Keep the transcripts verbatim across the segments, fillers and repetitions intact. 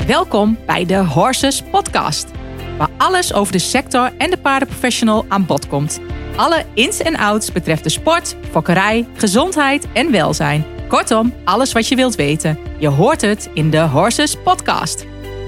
Welkom bij de Horses Podcast, waar alles over de sector en de paardenprofessional aan bod komt. Alle ins en outs betreft de sport, fokkerij, gezondheid en welzijn. Kortom, alles wat je wilt weten. Je hoort het in de Horses Podcast.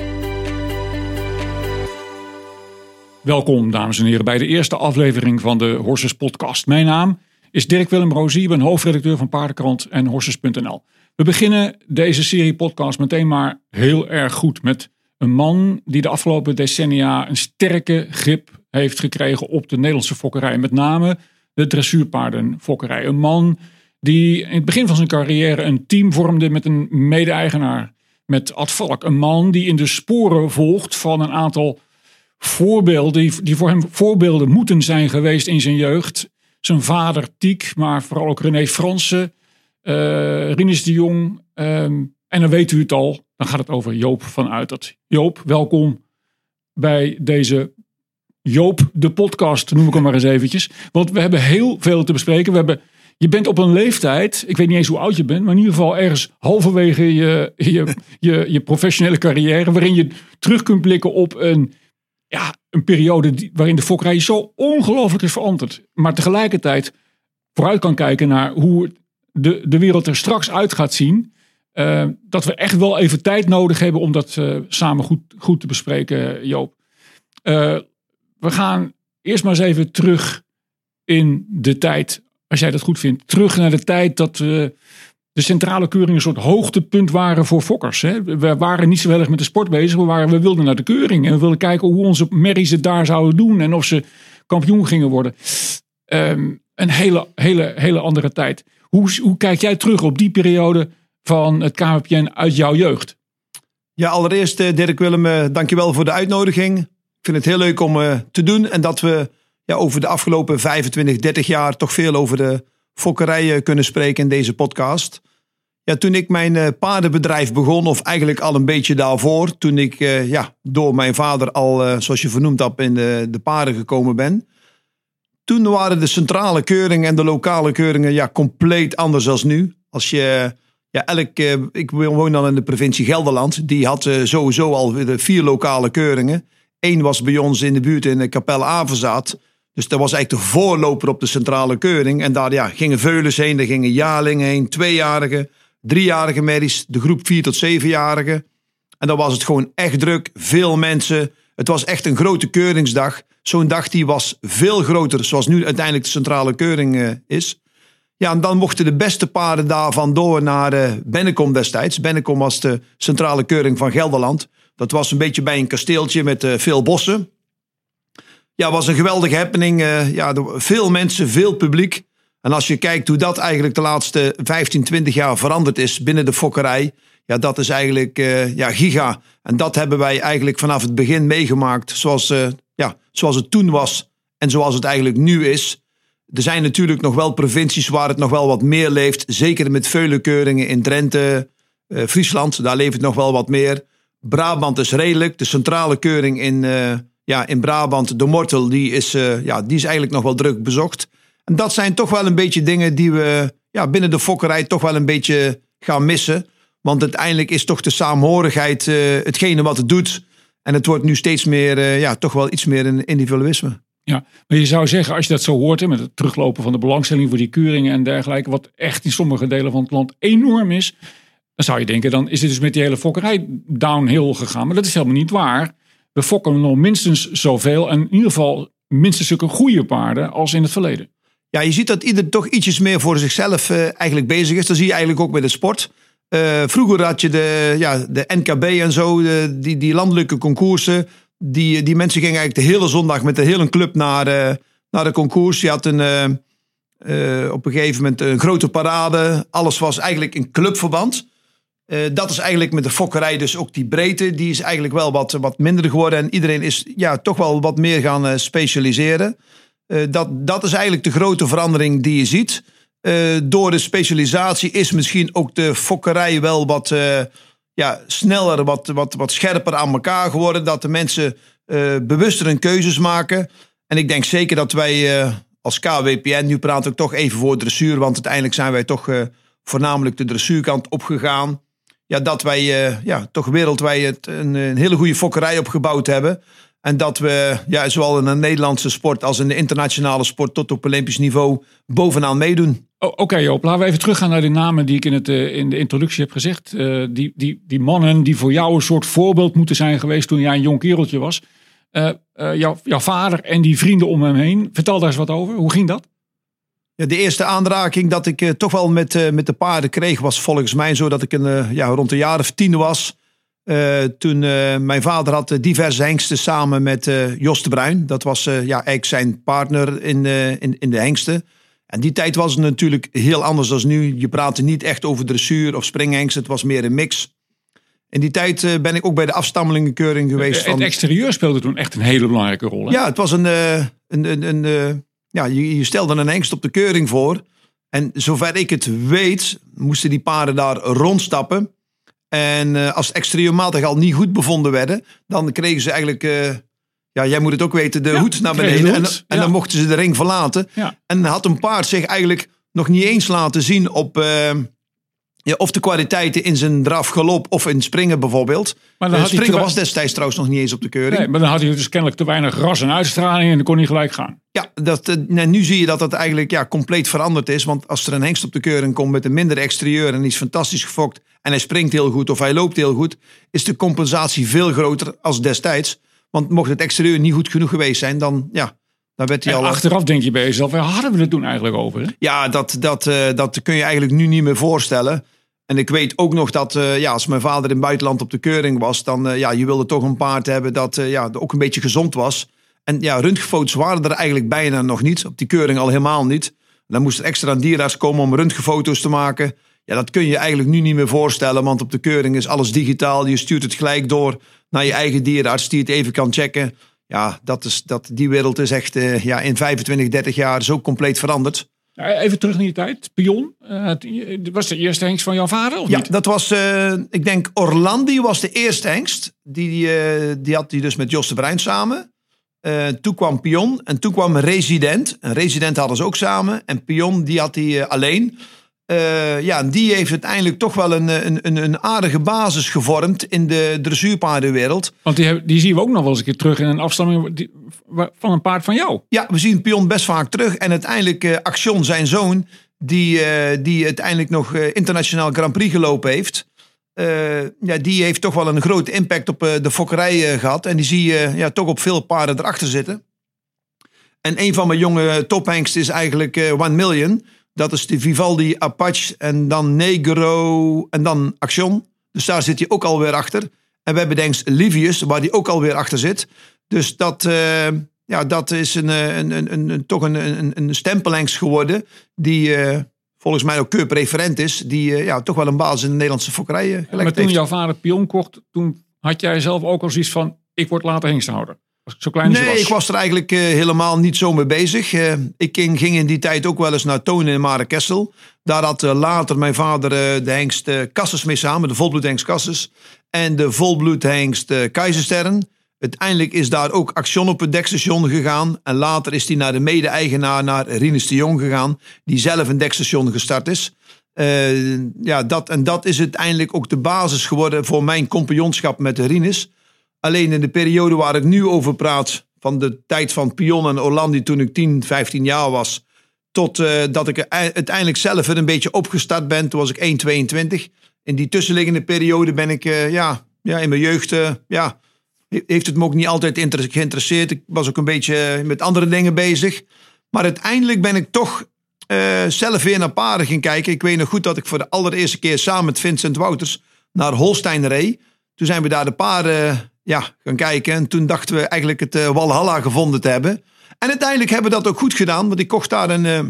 Welkom, dames en heren, bij de eerste aflevering van de Horses Podcast. Mijn naam is Dirk Willem Rosie, ik ben hoofdredacteur van Paardenkrant en Horses punt n l. We beginnen deze serie podcast meteen maar heel erg goed met een man die de afgelopen decennia een sterke grip heeft gekregen op de Nederlandse fokkerij. Met name de dressuurpaardenfokkerij. Een man die in het begin van zijn carrière een team vormde met een mede-eigenaar, met Ad Valk. Een man die in de sporen volgt van een aantal voorbeelden die, die voor hem voorbeelden moeten zijn geweest in zijn jeugd. Zijn vader Tiek, maar vooral ook René Fransen, uh, Rinus de Jong. Um, en dan weet u het al, dan gaat het over Joop van Uitert. Joop, welkom bij deze Joop de podcast, noem ik hem maar eens eventjes. Want we hebben heel veel te bespreken. We hebben, je bent op een leeftijd, ik weet niet eens hoe oud je bent, maar in ieder geval ergens halverwege je, je, je, je professionele carrière, waarin je terug kunt blikken op een, ja, een periode die, waarin de fokkerij zo ongelooflijk is veranderd. Maar tegelijkertijd vooruit kan kijken naar hoe de, de wereld er straks uit gaat zien. Uh, dat we echt wel even tijd nodig hebben om dat uh, samen goed, goed te bespreken, Joop. Uh, we gaan eerst maar eens even terug in de tijd, als jij dat goed vindt. Terug naar de tijd dat uh, de centrale keuringen een soort hoogtepunt waren voor fokkers. Hè. We waren niet zo heel erg met de sport bezig. We, waren, we wilden naar de keuring. En we wilden kijken hoe onze merries het daar zouden doen. En of ze kampioen gingen worden. Um, een hele, hele, hele andere tijd. Hoe, hoe kijk jij terug op die periode van het K W P N uit jouw jeugd? Ja, allereerst Dirk Willem, uh, dankjewel voor de uitnodiging. Ik vind het heel leuk om uh, te doen. En dat we ja, over de afgelopen vijfentwintig, dertig jaar toch veel over de fokkerij kunnen spreken in deze podcast. Ja, toen ik mijn uh, paardenbedrijf begon, of eigenlijk al een beetje daarvoor, toen ik uh, ja, door mijn vader al, uh, zoals je vernoemd hebt, in de, de paarden gekomen ben. Toen waren de centrale keuringen en de lokale keuringen ja, compleet anders dan nu. Als je, ja, elk, uh, ik woon dan in de provincie Gelderland, die had uh, sowieso al vier lokale keuringen. Eén was bij ons in de buurt in de Kapelle Avezaath. Dus dat was eigenlijk de voorloper op de centrale keuring. En daar ja, gingen veulens heen, daar gingen jaarlingen heen, tweejarigen, driejarige merries, de groep vier tot zevenjarigen. En dan was het gewoon echt druk, veel mensen. Het was echt een grote keuringsdag. Zo'n dag die was veel groter, zoals nu uiteindelijk de centrale keuring uh, is. Ja, en dan mochten de beste paarden daarvan door naar uh, Bennekom destijds. Bennekom was de centrale keuring van Gelderland. Dat was een beetje bij een kasteeltje met uh, veel bossen. Ja, was een geweldige happening. Uh, ja, veel mensen, veel publiek. En als je kijkt hoe dat eigenlijk de laatste vijftien, twintig jaar veranderd is binnen de fokkerij. Ja, dat is eigenlijk uh, ja, giga. En dat hebben wij eigenlijk vanaf het begin meegemaakt. Zoals, uh, ja, zoals het toen was en zoals het eigenlijk nu is. Er zijn natuurlijk nog wel provincies waar het nog wel wat meer leeft. Zeker met veulenkeuringen in Drenthe, uh, Friesland. Daar leeft het nog wel wat meer. Brabant is redelijk. De centrale keuring in, uh, ja, in Brabant, de Mortel, die is, uh, ja, die is eigenlijk nog wel druk bezocht. En dat zijn toch wel een beetje dingen die we ja, binnen de fokkerij toch wel een beetje gaan missen. Want uiteindelijk is toch de saamhorigheid uh, hetgene wat het doet. En het wordt nu steeds meer, uh, ja, toch wel iets meer een individualisme. Ja, maar je zou zeggen, als je dat zo hoort, hè, met het teruglopen van de belangstelling voor die keuringen en dergelijke, wat echt in sommige delen van het land enorm is, dan zou je denken, dan is het dus met die hele fokkerij downhill gegaan. Maar dat is helemaal niet waar. We fokken nog minstens zoveel en in ieder geval minstens zulke goede paarden als in het verleden. Ja, je ziet dat ieder toch ietsjes meer voor zichzelf uh, eigenlijk bezig is. Dat zie je eigenlijk ook bij de sport. Uh, vroeger had je de, ja, de N K B en zo, de, die, die landelijke concoursen. Die, die mensen gingen eigenlijk de hele zondag met de hele club naar, uh, naar de concours. Je had een, uh, uh, op een gegeven moment een grote parade. Alles was eigenlijk in clubverband. Uh, dat is eigenlijk met de fokkerij dus ook die breedte. Die is eigenlijk wel wat, wat minder geworden. En iedereen is ja, toch wel wat meer gaan uh, specialiseren. Uh, dat, dat is eigenlijk de grote verandering die je ziet. Uh, door de specialisatie is misschien ook de fokkerij wel wat uh, ja, sneller, wat, wat, wat scherper aan elkaar geworden. Dat de mensen uh, bewuster hun keuzes maken. En ik denk zeker dat wij uh, als K W P N, nu praat ik toch even voor dressuur, want uiteindelijk zijn wij toch uh, voornamelijk de dressuurkant opgegaan. ja, dat wij uh, ja, toch wereldwijd een, een hele goede fokkerij opgebouwd hebben. En dat we ja, zowel in de Nederlandse sport als in de internationale sport tot op Olympisch niveau bovenaan meedoen. Oh, Oké okay, Joop, laten we even teruggaan naar de namen die ik in, het, uh, in de introductie heb gezegd. Uh, die, die, die mannen die voor jou een soort voorbeeld moeten zijn geweest toen jij een jong kereltje was. Uh, uh, jou, jouw vader en die vrienden om hem heen. Vertel daar eens wat over. Hoe ging dat? Ja, de eerste aanraking dat ik uh, toch wel met, uh, met de paarden kreeg was volgens mij zo dat ik een, uh, ja, rond een jaar of tien was. Uh, toen uh, mijn vader had uh, diverse hengsten samen met uh, Jos de Bruin. Dat was uh, ja, eigenlijk zijn partner in, uh, in, in de hengsten. En die tijd was het natuurlijk heel anders dan nu. Je praatte niet echt over dressuur of springhengsten. Het was meer een mix. In die tijd uh, ben ik ook bij de afstammelingenkeuring geweest. Het van... exterieur speelde toen echt een hele belangrijke rol. Hè? Ja, het was een... Uh, een, een, een uh, ja, je, je stelde een hengst op de keuring voor. En zover ik het weet, moesten die paarden daar rondstappen. En uh, als exterieurmatig al niet goed bevonden werden, dan kregen ze eigenlijk, uh, ja, jij moet het ook weten, de ja, hoed naar beneden. En, en ja. dan mochten ze de ring verlaten. Ja. En had een paard zich eigenlijk nog niet eens laten zien op uh, ja, of de kwaliteiten in zijn draf, galop of in springen bijvoorbeeld. Maar dan uh, springen te... was destijds trouwens nog niet eens op de keuring. Nee, maar dan had hij dus kennelijk te weinig ras en uitstraling en dan kon hij gelijk gaan. Ja, dat, uh, nu zie je dat dat eigenlijk ja, compleet veranderd is. Want als er een hengst op de keuring komt met een minder exterieur en die is fantastisch gefokt en hij springt heel goed of hij loopt heel goed, is de compensatie veel groter als destijds. Want mocht het exterieur niet goed genoeg geweest zijn, dan, ja, dan werd hij en al... achteraf denk je bij jezelf, waar hadden we het toen eigenlijk over? Hè? Ja, dat, dat, uh, dat kun je eigenlijk nu niet meer voorstellen. En ik weet ook nog dat uh, ja, als mijn vader in het buitenland op de keuring was, dan uh, ja, je wilde toch een paard hebben dat uh, ja, ook een beetje gezond was. En ja, röntgenfoto's waren er eigenlijk bijna nog niet. Op die keuring al helemaal niet. Dan moest er extra een dierarts komen om röntgenfoto's te maken. Ja, dat kun je eigenlijk nu niet meer voorstellen. Want op de keuring is alles digitaal. Je stuurt het gelijk door naar je eigen dierarts die het even kan checken. Ja, dat is, dat, die wereld is echt uh, ja, in vijfentwintig, dertig jaar zo compleet veranderd. Even terug naar die tijd. Pion, uh, was de eerste hengst van jouw vader of ja, niet? Dat was, uh, ik denk Orlandi was de eerste hengst. Die, uh, die had hij dus met Jos de Bruin samen. Uh, toen kwam Pion en toen kwam Resident. Een Resident hadden ze ook samen. En Pion die had hij uh, alleen. Uh, ja, die heeft uiteindelijk toch wel een, een, een aardige basis gevormd in de dressuurpaardenwereld. Want die, die zien we ook nog wel eens een keer terug in een afstamming van een paard van jou. Ja, we zien Pion best vaak terug. En uiteindelijk uh, Action, zijn zoon, die, uh, die uiteindelijk nog uh, internationaal Grand Prix gelopen heeft. Uh, ja, die heeft toch wel een grote impact op uh, de fokkerij uh, gehad. En die zie je uh, ja, toch op veel paarden erachter zitten. En een van mijn jonge tophengsten is eigenlijk uh, One Million. Dat is de Vivaldi Apache en dan Negro en dan Action. Dus daar zit hij ook alweer achter. En we hebben denk ik Livius, waar die ook alweer achter zit. Dus dat, uh, ja, dat is een, een, een, een, een, toch een, een, een stempelhengst geworden. Die uh, volgens mij ook keurpreferent is. Die uh, ja, toch wel een basis in de Nederlandse fokkerij uh, gelegd heeft. Maar toen jouw vader pion kocht, toen had jij zelf ook al zoiets van, ik word later hengsthouder. Zo klein nee, was. ik was er eigenlijk uh, helemaal niet zo mee bezig. Uh, ik ging, ging in die tijd ook wel eens naar Tonen in Marekessel. Daar had uh, later mijn vader uh, de hengst uh, Cassis mee samen. De volbloedhengst Cassis. En de volbloedhengst uh, Keizersterren. Uiteindelijk is daar ook Action op het dekstation gegaan. En later is hij naar de mede-eigenaar, naar Rinus de Jong gegaan. Die zelf een dekstation gestart is. Uh, ja, dat, en dat is uiteindelijk ook de basis geworden voor mijn compagnonschap met de Rinus. Alleen in de periode waar ik nu over praat, van de tijd van Pion en Orlandi toen ik tien, vijftien jaar was, tot uh, dat ik uiteindelijk zelf er een beetje opgestart ben, toen was ik één komma tweeëntwintig. In die tussenliggende periode ben ik, uh, ja, ja, in mijn jeugd, uh, ja, heeft het me ook niet altijd inter- geïnteresseerd. Ik was ook een beetje met andere dingen bezig. Maar uiteindelijk ben ik toch uh, zelf weer naar paarden gaan kijken. Ik weet nog goed dat ik voor de allereerste keer samen met Vincent Wouters naar Holstein reed. Toen zijn we daar de paarden ja, gaan kijken. En toen dachten we eigenlijk het uh, Walhalla gevonden te hebben. En uiteindelijk hebben we dat ook goed gedaan. Want ik kocht daar een... Uh,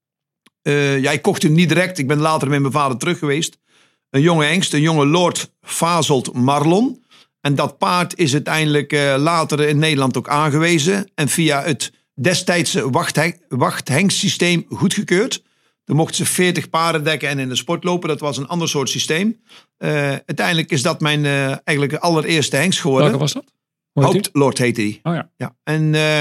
uh, ja, ik kocht hem niet direct. Ik ben later met mijn vader terug geweest. Een jonge hengst, een jonge Lord Fazelt Marlon. En dat paard is uiteindelijk uh, later in Nederland ook aangewezen. En via het destijdse wachtheng- wachthengstsysteem goedgekeurd. Dan mochten ze veertig paarden dekken en in de sport lopen. Dat was een ander soort systeem. Uh, uiteindelijk is dat mijn uh, eigenlijk allereerste hengst geworden. Welke was dat? Hoofdlord heette die. Oh ja. Ja. En uh,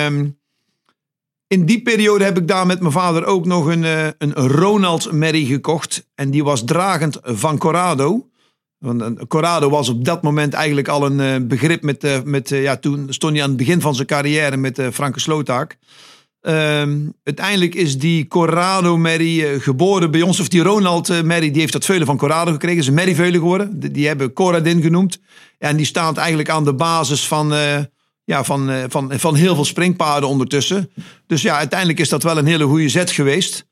in die periode heb ik daar met mijn vader ook nog een, uh, een Ronald Merrie gekocht. En die was dragend van Corrado. Want Corrado was op dat moment eigenlijk al een uh, begrip met, uh, met uh, ja, toen stond hij aan het begin van zijn carrière met uh, Franke Slootaak. Um, uiteindelijk is die Corrado Merrie uh, geboren bij ons, of die Ronald uh, Merrie, die heeft dat veulen van Corrado gekregen. Is een Merrieveulen geworden. Die, die hebben Corradin genoemd. En die staat eigenlijk aan de basis van, uh, ja, van, uh, van, van heel veel springpaarden ondertussen. Dus ja, uiteindelijk is dat wel een hele goede zet geweest.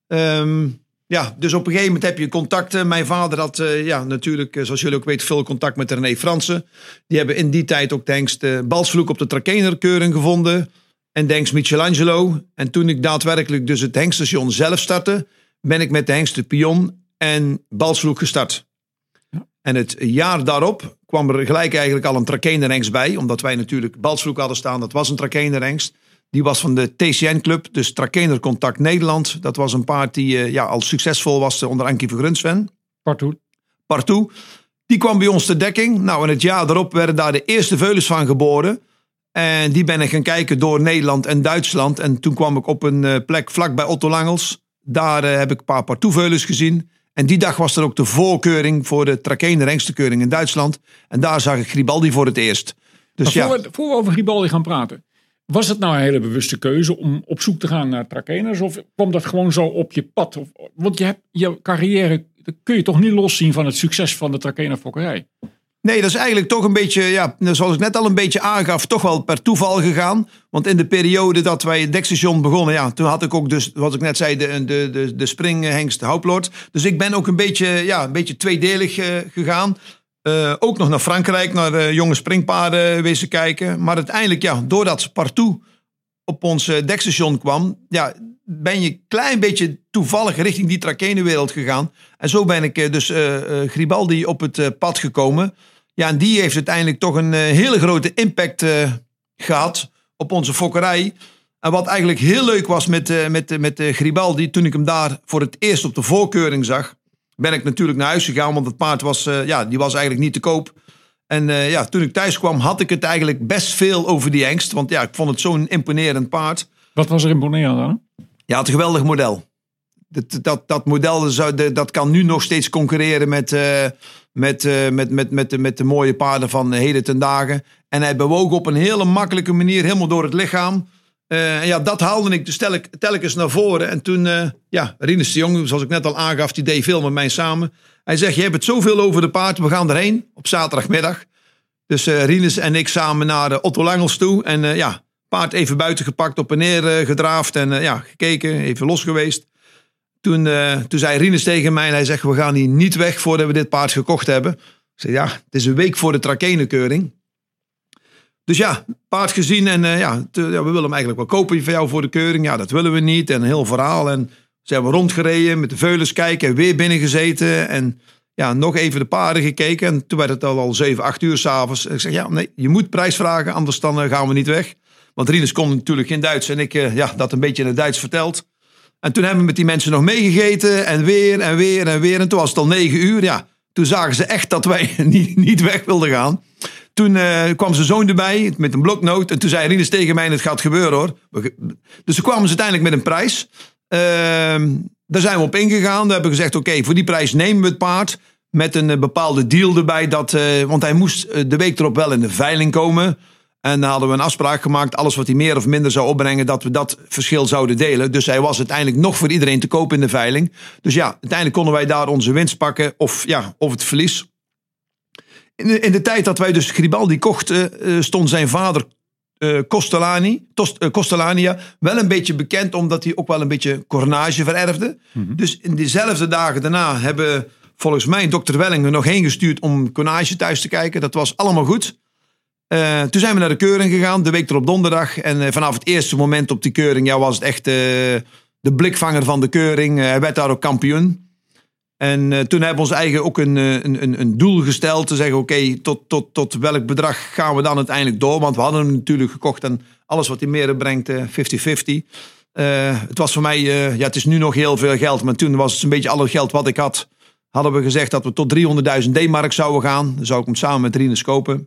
Um, Ja, dus op een gegeven moment heb je contacten. Mijn vader had uh, ja, natuurlijk, uh, zoals jullie ook weten, veel contact met René Fransen. Die hebben in die tijd ook de hengst uh, Balsvloek op de Trakehnerkeuring gevonden. En de hengst Michelangelo. En toen ik daadwerkelijk dus het hengststation zelf startte, ben ik met de hengsten Pion en Balsvloek gestart. Ja. En het jaar daarop kwam er gelijk eigenlijk al een Trakehnerhengst bij. Omdat wij natuurlijk Balsvloek hadden staan, dat was een Trakehnerhengst. Die was van de T C N-club, dus Trakehner Contact Nederland. Dat was een paard die uh, ja, al succesvol was onder Ankie Vergrunsven. Partout. Partout. Die kwam bij ons ter dekking. Nou, en het jaar daarop werden daar de eerste veulens van geboren. En die ben ik gaan kijken door Nederland en Duitsland. En toen kwam ik op een uh, plek vlakbij Otto Langels. Daar uh, heb ik een paar Partout-veulens gezien. En die dag was er ook de voorkeuring voor de Trakehner hengstenkeuring in Duitsland. En daar zag ik Gribaldi voor het eerst. Dus maar voor, ja. we, voor we over Gribaldi gaan praten. Was het nou een hele bewuste keuze om op zoek te gaan naar Trakehners? Of kwam dat gewoon zo op je pad? Of, want je hebt je carrière, dat kun je toch niet loszien van het succes van de Trakehner fokkerij? Nee, dat is eigenlijk toch een beetje, ja, zoals ik net al een beetje aangaf, toch wel per toeval gegaan. Want in de periode dat wij het dekstation begonnen, ja, toen had ik ook dus, wat ik net zei, de, de, de, de springhengst Houplord. Dus ik ben ook een beetje, ja, een beetje tweedelig uh, gegaan. Uh, ook nog naar Frankrijk, naar uh, jonge springpaarden wezen kijken. Maar uiteindelijk, ja, doordat Partout op ons uh, dekstation kwam, ja, ben je een klein beetje toevallig richting die Trakehnerwereld gegaan. En zo ben ik uh, dus uh, uh, Gribaldi op het uh, pad gekomen. Ja, en die heeft uiteindelijk toch een uh, hele grote impact uh, gehad op onze fokkerij. En wat eigenlijk heel leuk was met, uh, met, uh, met uh, Gribaldi, toen ik hem daar voor het eerst op de voorkeuring zag, ben ik natuurlijk naar huis gegaan, want het paard was, uh, ja, die was eigenlijk niet te koop. En uh, ja, toen ik thuis kwam, had ik het eigenlijk best veel over die hengst. Want ja, ik vond het zo'n imponerend paard. Wat was er imponerend aan? Ja, het een geweldig model. Dat, dat, dat model zou, dat kan nu nog steeds concurreren met, uh, met, uh, met, met, met, de, met de mooie paarden van heden ten dagen. En hij bewoog op een hele makkelijke manier helemaal door het lichaam. Uh, en ja, dat haalde ik dus telk, telkens naar voren. En toen, uh, ja, Rinus de Jong, zoals ik net al aangaf, die deed veel met mij samen. Hij zegt, je hebt het zoveel over de paard, we gaan erheen op zaterdagmiddag. Dus uh, Rinus en ik samen naar uh, Otto Langels toe. En uh, ja, paard even buiten gepakt, op en neer uh, gedraafd en uh, ja, gekeken, even los geweest. Toen, uh, toen zei Rinus tegen mij, en hij zegt, we gaan hier niet weg voordat we dit paard gekocht hebben. Ik zei, ja, het is een week voor de Trakehnerkeuring. Dus ja, paard gezien en uh, ja, te, ja, we willen hem eigenlijk wel kopen van jou voor de keuring. Ja, dat willen we niet. En een heel verhaal. En zijn we rondgereden, met de veulens kijken, weer binnen gezeten. En ja, nog even de paarden gekeken. En toen werd het al, al zeven, acht uur s'avonds. Ik zeg, ja, nee, je moet prijs vragen, anders dan uh, gaan we niet weg. Want Rinus kon natuurlijk geen Duits. En ik, uh, ja, dat een beetje in het Duits verteld. En toen hebben we met die mensen nog meegegeten. En weer en weer en weer. En toen was het al negen uur. Ja, toen zagen ze echt dat wij niet, niet weg wilden gaan. Toen uh, kwam zijn zoon erbij met een bloknoot. En toen zei Rinus tegen mij, het gaat gebeuren hoor. Dus toen kwamen ze uiteindelijk met een prijs. Uh, daar zijn we op ingegaan. We hebben gezegd, oké, okay, voor die prijs nemen we het paard. Met een uh, bepaalde deal erbij. Dat, uh, want hij moest uh, de week erop wel in de veiling komen. En dan hadden we een afspraak gemaakt. Alles wat hij meer of minder zou opbrengen, dat we dat verschil zouden delen. Dus hij was uiteindelijk nog voor iedereen te koop in de veiling. Dus ja, uiteindelijk konden wij daar onze winst pakken. Of, ja, of het verlies. In de, in de tijd dat wij dus Gribaldi kochten, uh, stond zijn vader uh, Costellani, Tost, uh, Costellania wel een beetje bekend, omdat hij ook wel een beetje cornage vererfde. Mm-hmm. Dus in diezelfde dagen daarna hebben volgens mij dokter Wellingen nog heen gestuurd om cornage thuis te kijken. Dat was allemaal goed. Uh, toen zijn we naar de keuring gegaan, de week erop donderdag. En uh, vanaf het eerste moment op die keuring, ja, was het echt uh, de blikvanger van de keuring. Uh, hij werd daar ook kampioen. En uh, toen hebben we ons eigen ook een, een, een, een doel gesteld. Te zeggen, oké, okay, tot, tot, tot welk bedrag gaan we dan uiteindelijk door? Want we hadden hem natuurlijk gekocht en alles wat hij meer brengt, uh, vijftig vijftig. Uh, het was voor mij, uh, ja, het is nu nog heel veel geld. Maar toen was het een beetje al het geld wat ik had. Hadden we gezegd dat we tot driehonderdduizend D-mark zouden gaan. Dan zou ik hem samen met Rinus kopen.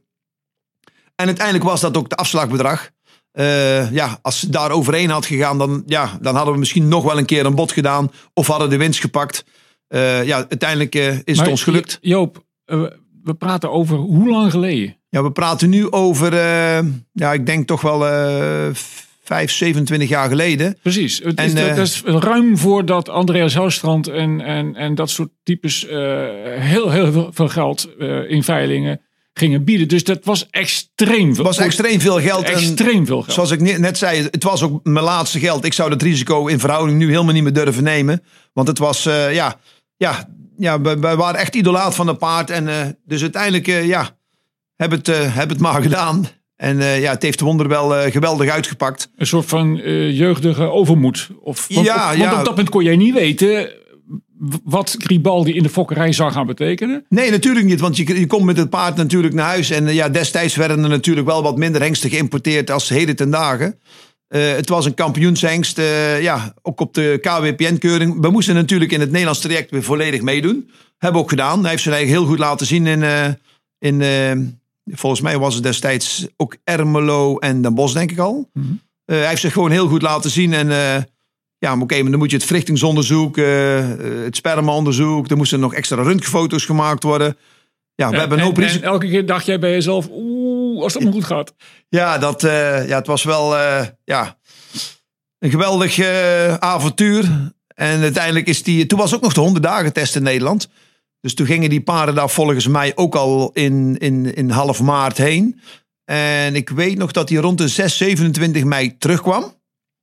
En uiteindelijk was dat ook de afslagbedrag. Uh, ja, als ze daar overheen had gegaan, dan, ja, dan hadden we misschien nog wel een keer een bod gedaan. Of hadden de winst gepakt. Uh, ja, uiteindelijk uh, is maar het ons gelukt. Joop, uh, we praten over hoe lang geleden? Ja, we praten nu over, uh, ja, ik denk toch wel uh, vijf, zevenentwintig jaar geleden. Precies. Het en, is, uh, dat is ruim voordat Andreas Helstrand en, en, en dat soort types uh, heel, heel veel geld uh, in veilingen gingen bieden. Dus dat was extreem veel. Het was extreem veel geld. Extreem en, veel geld. Zoals ik net zei, het was ook mijn laatste geld. Ik zou dat risico in verhouding nu helemaal niet meer durven nemen. Want het was, uh, ja, ja, ja, we, we waren echt idolaat van de paard. En uh, dus uiteindelijk, uh, ja, heb het, uh, heb het maar gedaan. En uh, ja, het heeft de wonder wel uh, geweldig uitgepakt. Een soort van uh, jeugdige overmoed. Of, want, ja, want ja. op dat moment kon jij niet weten wat Gribaldi in de fokkerij zou gaan betekenen? Nee, natuurlijk niet. Want je, je komt met het paard natuurlijk naar huis. En uh, ja, destijds werden er natuurlijk wel wat minder hengsten geïmporteerd als heden ten dagen. Uh, het was een kampioenshengst. Uh, ja, ook op de K W P N-keuring. We moesten natuurlijk in het Nederlands traject weer volledig meedoen. Hebben we ook gedaan. Hij heeft zich eigenlijk heel goed laten zien in... Uh, in uh, volgens mij was het destijds ook Ermelo en Den Bosch, denk ik al. Mm-hmm. Uh, hij heeft zich gewoon heel goed laten zien. En... Uh, Ja, maar oké, maar dan moet je het verrichtingsonderzoek, uh, het spermaonderzoek. Er moesten nog extra röntgenfoto's gemaakt worden. Ja, we en, hebben een hoop risico. En elke keer dacht jij bij jezelf, oeh, als dat maar goed gaat. Ja, dat, uh, ja het was wel uh, ja, een geweldig uh, avontuur. En uiteindelijk is die... Toen was ook nog de honderd dagen test in Nederland. Dus toen gingen die paarden daar volgens mij ook al in, in, in half maart heen. En ik weet nog dat hij rond de zes, zevenentwintig mei terugkwam.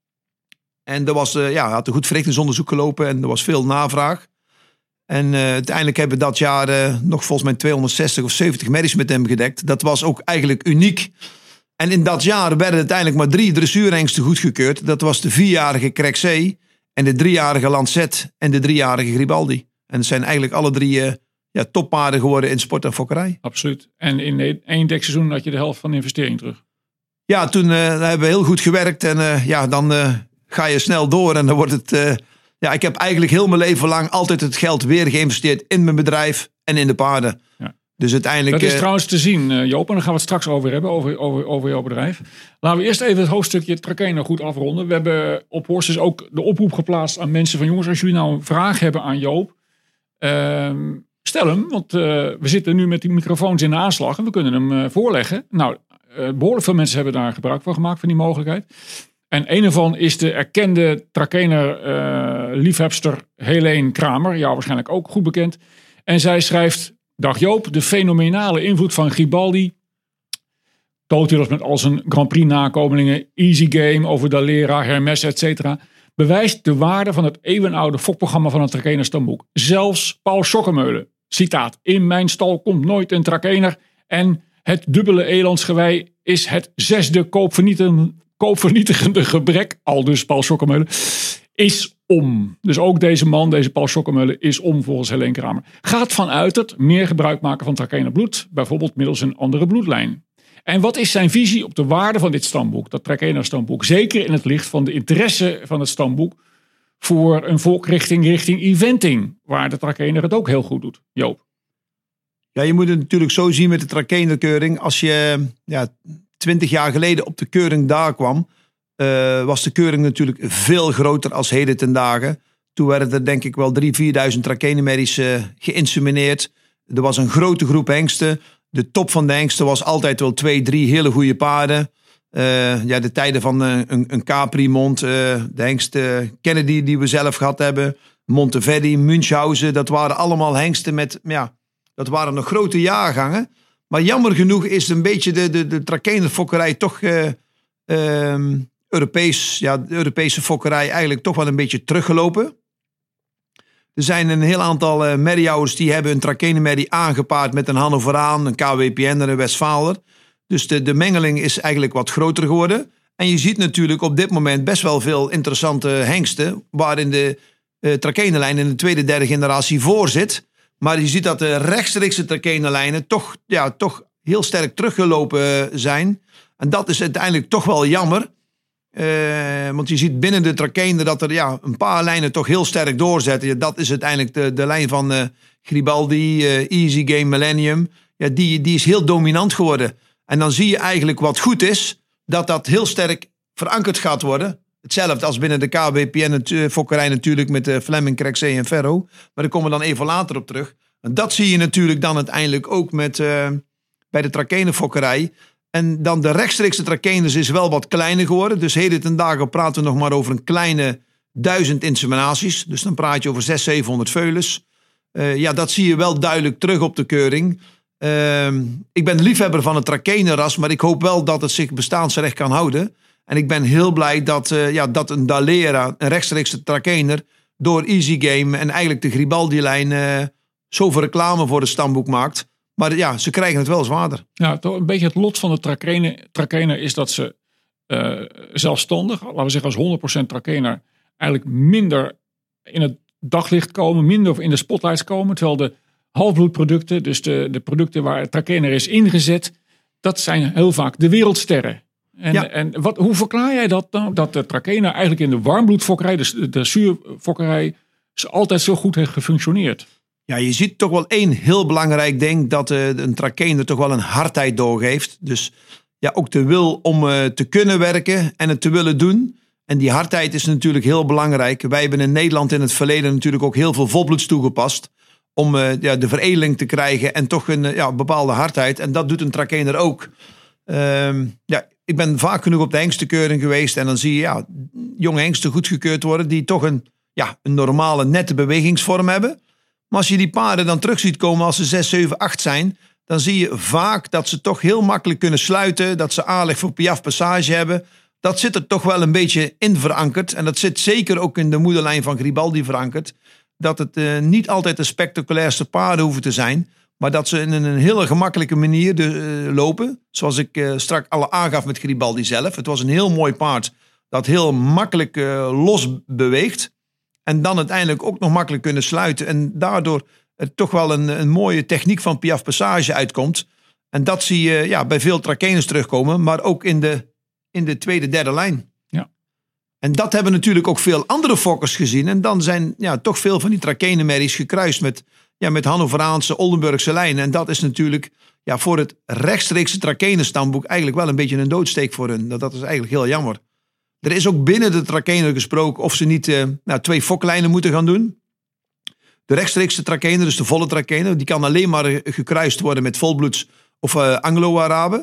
En er was, uh, ja, had een goed verrichtingsonderzoek gelopen en er was veel navraag. En uh, uiteindelijk hebben we dat jaar uh, nog volgens mij tweehonderdzestig of zeventig merries met hem gedekt. Dat was ook eigenlijk uniek. En in dat jaar werden uiteindelijk maar drie dressuurhengsten goedgekeurd. Dat was de vierjarige Crexé en de driejarige Lancet en de driejarige Gribaldi. En dat zijn eigenlijk alle drie uh, ja, toppaarden geworden in sport en fokkerij. Absoluut. En in één dekseizoen had je de helft van de investering terug. Ja, toen uh, hebben we heel goed gewerkt en uh, ja, dan... Uh, ga je snel door en dan wordt het... Uh, ja, ik heb eigenlijk heel mijn leven lang altijd het geld weer geïnvesteerd in mijn bedrijf en in de paarden. Ja. Dus uiteindelijk... Dat is uh, trouwens te zien, uh, Joop, en daar gaan we het straks over hebben, over, over, over jouw bedrijf. Laten we eerst even het hoofdstukje Trakehner goed afronden. We hebben op Horses ook de oproep geplaatst aan mensen van jongens, als jullie nou een vraag hebben aan Joop, uh, stel hem, want uh, we zitten nu met die microfoons in de aanslag en we kunnen hem uh, voorleggen. Nou, uh, behoorlijk veel mensen hebben daar gebruik van gemaakt, van die mogelijkheid. En een ervan is de erkende Trakehner uh, liefhebster Helene Kramer. Jou waarschijnlijk ook goed bekend. En zij schrijft, dag Joop, de fenomenale invloed van Gribaldi. Totilos met al zijn Grand Prix nakomelingen, Easy Game, over Dalera, Hermes, et cetera. Bewijst de waarde van het eeuwenoude fokprogramma van het Trakehner stamboek. Zelfs Paul Schokkemeulen, citaat, in mijn stal komt nooit een Trakehner. En het dubbele elandsgewei is het zesde koopvernietigende koopvernietigende gebrek, al dus Paul Schokkemeulen, is om. Dus ook deze man, deze Paul Schokkemeulen, is om volgens Helene Kramer. Gaat vanuit het meer gebruik maken van Trakehner bloed, bijvoorbeeld middels een andere bloedlijn. En wat is zijn visie op de waarde van dit stamboek, dat Trakehner stamboek? Zeker in het licht van de interesse van het stamboek voor een volkrichting richting eventing, waar de Trakehner het ook heel goed doet. Joop. Ja, je moet het natuurlijk zo zien met de Trakehner-keuring. Als je... ja. twintig jaar geleden op de keuring daar kwam, uh, was de keuring natuurlijk veel groter als heden ten dagen. Toen werden er denk ik wel drieduizend, vierduizend Trakehner-merries uh, geïnsemineerd. Er was een grote groep hengsten. De top van de hengsten was altijd wel twee, drie hele goede paarden. Uh, ja, de tijden van uh, een, een Capri-Mont, uh, de hengsten Kennedy die we zelf gehad hebben, Monteverdi, Münchhausen, dat waren allemaal hengsten met, ja, dat waren nog grote jaargangen. Maar jammer genoeg is een beetje de, de, de Trakehner fokkerij toch uh, uh, Europees, ja, de Europese fokkerij eigenlijk toch wel een beetje teruggelopen. Er zijn een heel aantal uh, merriehouders die hebben een Trakehner merrie aangepaard met een Hannoveraan, een K W P N en een Westfaler. Dus de, de mengeling is eigenlijk wat groter geworden. En je ziet natuurlijk op dit moment best wel veel interessante hengsten, waarin de uh, Trakehnerlijn in de tweede, derde generatie voor zit. Maar je ziet dat de rechtstreekse Trakehnerlijnen toch, ja, toch heel sterk teruggelopen zijn. En dat is uiteindelijk toch wel jammer. Uh, want je ziet binnen de Trakehner dat er ja, een paar lijnen toch heel sterk doorzetten. Dat is uiteindelijk de, de lijn van uh, Gribaldi, uh, Easy Game, Millennium. Ja, die, die is heel dominant geworden. En dan zie je eigenlijk wat goed is, dat dat heel sterk verankerd gaat worden. Hetzelfde als binnen de K W P N, het uh, fokkerij natuurlijk met uh, Fleming, Crexé en Ferro. Maar daar komen we dan even later op terug. En dat zie je natuurlijk dan uiteindelijk ook met, uh, bij de Trakehnerfokkerij. En dan de rechtstreekse Trakehners is wel wat kleiner geworden. Dus heden ten dagen praten we nog maar over een kleine duizend inseminaties. Dus dan praat je over zeshonderd, zevenhonderd veulens. Uh, ja, dat zie je wel duidelijk terug op de keuring. Uh, ik ben liefhebber van het Trakehnerras, maar ik hoop wel dat het zich bestaansrecht kan houden. En ik ben heel blij dat, uh, ja, dat een Dalera, een rechtstreekse Trakehner, door Easy Game en eigenlijk de Gribaldi-lijn uh, zoveel reclame voor het stamboek maakt. Maar ja, ze krijgen het wel zwaarder. Ja, toch een beetje het lot van de Trakehner, Trakehner is dat ze uh, zelfstandig, laten we zeggen als honderd procent Trakehner, eigenlijk minder in het daglicht komen, minder in de spotlights komen. Terwijl de halfbloedproducten, dus de, de producten waar Trakehner is ingezet, dat zijn heel vaak de wereldsterren. En, ja. en wat, hoe verklaar jij dat nou? Dat de Trakehner eigenlijk in de warmbloedfokkerij, de, de dressuurfokkerij, altijd zo goed heeft gefunctioneerd? Ja, je ziet toch wel één heel belangrijk ding, dat uh, een Trakehner toch wel een hardheid doorgeeft. Dus ja, ook de wil om uh, te kunnen werken en het te willen doen. En die hardheid is natuurlijk heel belangrijk. Wij hebben in Nederland in het verleden natuurlijk ook heel veel volbloeds toegepast. Om uh, ja, de veredeling te krijgen en toch een ja, bepaalde hardheid. En dat doet een Trakehner ook. Uh, ja, ik ben vaak genoeg op de hengstenkeuring geweest. En dan zie je ja, jonge hengsten goedgekeurd worden. Die toch een, ja, een normale nette bewegingsvorm hebben. Maar als je die paarden dan terug ziet komen als ze zes, zeven, acht zijn. Dan zie je vaak dat ze toch heel makkelijk kunnen sluiten. Dat ze aanleg voor piaf passage hebben. Dat zit er toch wel een beetje in verankerd. En dat zit zeker ook in de moederlijn van Gribaldi verankerd. Dat het uh, niet altijd de spectaculairste paarden hoeven te zijn. Maar dat ze in een hele gemakkelijke manier de, uh, lopen. Zoals ik uh, straks alle aangaf met Gribaldi zelf. Het was een heel mooi paard dat heel makkelijk uh, los beweegt. En dan uiteindelijk ook nog makkelijk kunnen sluiten. En daardoor er toch wel een, een mooie techniek van piaf passage uitkomt. En dat zie je ja, bij veel Trakehners terugkomen. Maar ook in de, in de tweede, derde lijn. Ja. En dat hebben natuurlijk ook veel andere fokkers gezien. En dan zijn ja, toch veel van die Trakehnermerries gekruist met, ja, met Hannoveraanse, Oldenburgse lijnen. En dat is natuurlijk ja, voor het rechtstreekse Trakehner stamboek eigenlijk wel een beetje een doodsteek voor hun. Dat, dat is eigenlijk heel jammer. Er is ook binnen de Trakehner gesproken of ze niet uh, nou, twee foklijnen moeten gaan doen. De rechtstreekse Trakehner, dus de volle Trakehner, die kan alleen maar gekruist worden met volbloeds of uh, Anglo-Araben.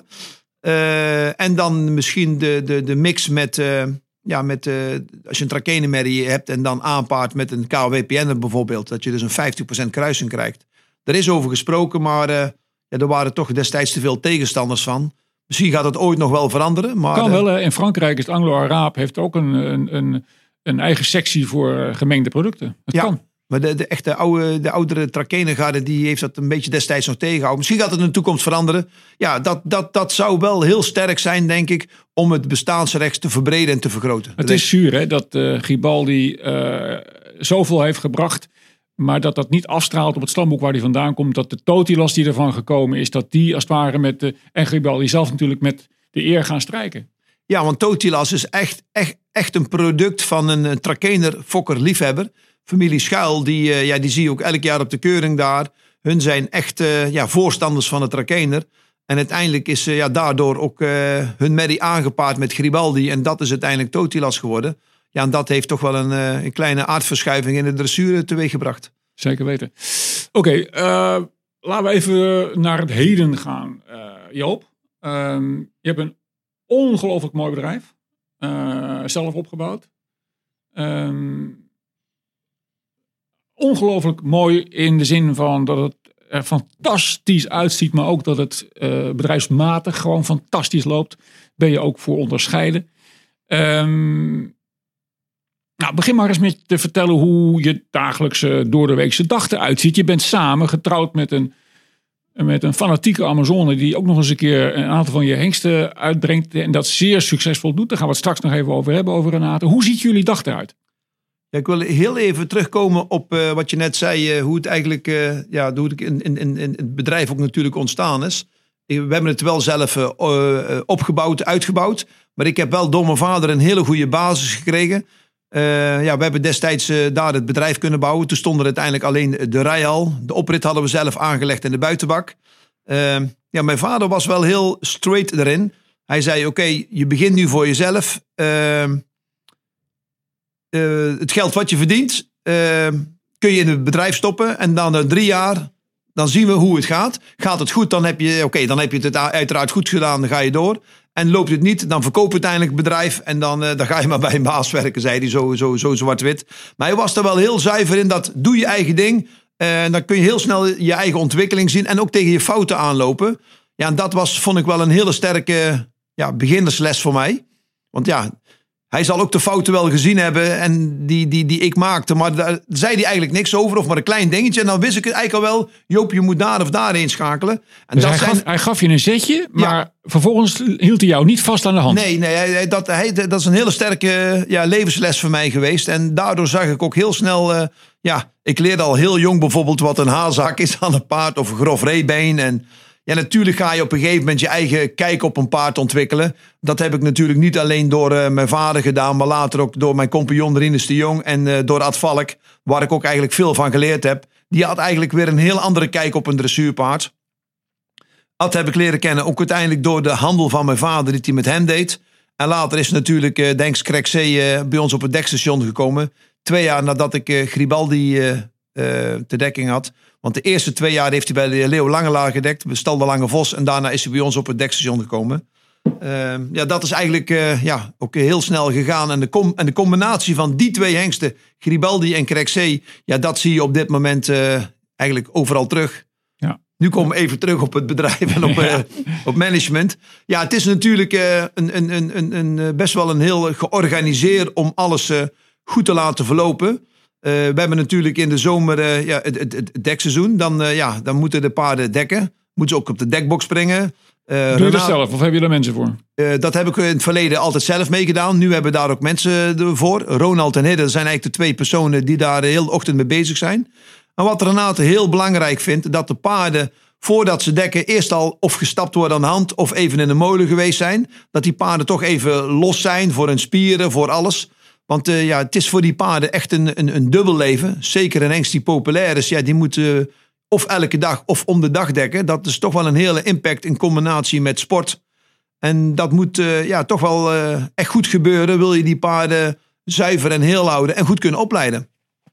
Uh, en dan misschien de, de, de mix met, uh, ja, met uh, als je een Trakehnermerrie hebt en dan aanpaart met een K W P N'er bijvoorbeeld, dat je dus een vijftig procent kruising krijgt. Er is over gesproken, maar uh, ja, er waren toch destijds te veel tegenstanders van. Misschien gaat het ooit nog wel veranderen. Maar kan wel. Hè? In Frankrijk is het Anglo-Araab heeft ook een, een, een, een eigen sectie voor gemengde producten. Het ja, kan. Maar de, de echte oude, de oudere Trakehnergarde die heeft dat een beetje destijds nog tegengehouden. Misschien gaat het in de toekomst veranderen. Ja, dat, dat, dat zou wel heel sterk zijn, denk ik, om het bestaansrecht te verbreden en te vergroten. Het is zuur hè, dat uh, Gribaldi uh, zoveel heeft gebracht. Maar dat dat niet afstraalt op het stamboek waar hij vandaan komt. Dat de Totilas die ervan gekomen is, dat die als het ware met de, en Gribaldi zelf natuurlijk met de eer gaan strijken. Ja, want Totilas is echt, echt, echt een product van een, een Trakehner fokker liefhebber. Familie Schuil, die, uh, ja, die zie je ook elk jaar op de keuring daar. Hun zijn echt uh, ja, voorstanders van het Trakehner. En uiteindelijk is uh, ja, daardoor ook uh, hun merrie aangepaard met Gribaldi. En dat is uiteindelijk Totilas geworden. Ja, en dat heeft toch wel een, uh, een kleine aardverschuiving in de dressuur teweeggebracht. Zeker weten. Oké, okay, uh, laten we even naar het heden gaan. Uh, Joop, um, je hebt een ongelooflijk mooi bedrijf. Uh, zelf opgebouwd. Um, ongelooflijk mooi in de zin van dat het er fantastisch uitziet. Maar ook dat het uh, bedrijfsmatig gewoon fantastisch loopt. Ben je ook voor onderscheiden. Um, Nou, begin maar eens met te vertellen hoe je dagelijkse doordeweekse dag eruit ziet. Je bent samen getrouwd met een, met een fanatieke Amazone die ook nog eens een keer een aantal van je hengsten uitbrengt en dat zeer succesvol doet. Daar gaan we het straks nog even over hebben, over Renate. Hoe ziet jullie dag eruit? Ja, ik wil heel even terugkomen op uh, wat je net zei, uh, hoe het eigenlijk uh, ja, hoe het in, in, in het bedrijf ook natuurlijk ontstaan is. We hebben het wel zelf uh, uh, opgebouwd, uitgebouwd. Maar ik heb wel door mijn vader een hele goede basis gekregen. Uh, ja, we hebben destijds uh, daar het bedrijf kunnen bouwen. Toen stond er uiteindelijk alleen de rijhal. De oprit hadden we zelf aangelegd in de buitenbak. Uh, ja, mijn vader was wel heel straight erin. Hij zei, oké, okay, je begint nu voor jezelf. Uh, uh, het geld wat je verdient, uh, kun je in het bedrijf stoppen. En dan na drie jaar dan zien we hoe het gaat. Gaat het goed, dan heb je, oké, okay, dan heb je het uiteraard goed gedaan, dan ga je door. En loopt het niet, dan verkoop je uiteindelijk het bedrijf. En dan, uh, dan ga je maar bij een baas werken, zei hij, zo, zo, zo zwart-wit. Maar hij was er wel heel zuiver in dat, doe je eigen ding. En uh, dan kun je heel snel je eigen ontwikkeling zien. En ook tegen je fouten aanlopen. Ja, en dat was, vond ik wel een hele sterke ja, beginnersles voor mij. Want ja, hij zal ook de fouten wel gezien hebben en die, die, die ik maakte. Maar daar zei hij eigenlijk niks over of maar een klein dingetje. En dan wist ik het eigenlijk al wel. Joop, je moet daar of daarheen schakelen. En dus dat hij, zijn... gaf, hij gaf je een zetje, maar ja. vervolgens hield hij jou niet vast aan de hand. Nee, nee hij, dat, hij, dat is een hele sterke ja, levensles voor mij geweest. En daardoor zag ik ook heel snel... Uh, ja, ik leerde al heel jong bijvoorbeeld wat een haarzaak is aan een paard of een grof reebeen. En ja, natuurlijk ga je op een gegeven moment je eigen kijk op een paard ontwikkelen. Dat heb ik natuurlijk niet alleen door uh, mijn vader gedaan, maar later ook door mijn compagnon Rinus de Jong en uh, door Ad Valk, waar ik ook eigenlijk veel van geleerd heb. Die had eigenlijk weer een heel andere kijk op een dressuurpaard. Ad heb ik leren kennen, ook uiteindelijk door de handel van mijn vader die hij met hem deed. En later is natuurlijk, uh, denk ik, Crecé uh, bij ons op het dekstation gekomen. Twee jaar nadat ik uh, Gribaldi uh, uh, te dekking had. Want de eerste twee jaar heeft hij bij de Leo Langelaar gedekt. We Stal de Lange Vos. En daarna is hij bij ons op het dekstation gekomen. Uh, ja, dat is eigenlijk uh, ja, ook heel snel gegaan. En de, com- en de combinatie van die twee hengsten, Gribaldi en Crecé, ja, dat zie je op dit moment uh, eigenlijk overal terug. Ja. Nu komen we even terug op het bedrijf en op, uh, op management. Ja, het is natuurlijk uh, een, een, een, een, een, best wel een heel georganiseerd om alles uh, goed te laten verlopen. Uh, we hebben natuurlijk in de zomer uh, ja, het, het, het dekseizoen. Dan, uh, ja, dan moeten de paarden dekken. Moeten ze ook op de dekbox springen. Uh, Doe je Renaat, dat zelf of heb je er mensen voor? Uh, dat heb ik in het verleden altijd zelf meegedaan. Nu hebben we daar ook mensen voor. Ronald en Hidde zijn eigenlijk de twee personen die daar de hele ochtend mee bezig zijn. En wat Renate heel belangrijk vindt, dat de paarden voordat ze dekken eerst al of gestapt worden aan de hand of even in de molen geweest zijn. Dat die paarden toch even los zijn voor hun spieren, voor alles. Want uh, ja, het is voor die paarden echt een, een, een dubbel leven. Zeker een hengst die populair is. Ja, die moeten uh, of elke dag of om de dag dekken. Dat is toch wel een hele impact in combinatie met sport. En dat moet uh, ja, toch wel uh, echt goed gebeuren. Wil je die paarden zuiver en heel houden en goed kunnen opleiden.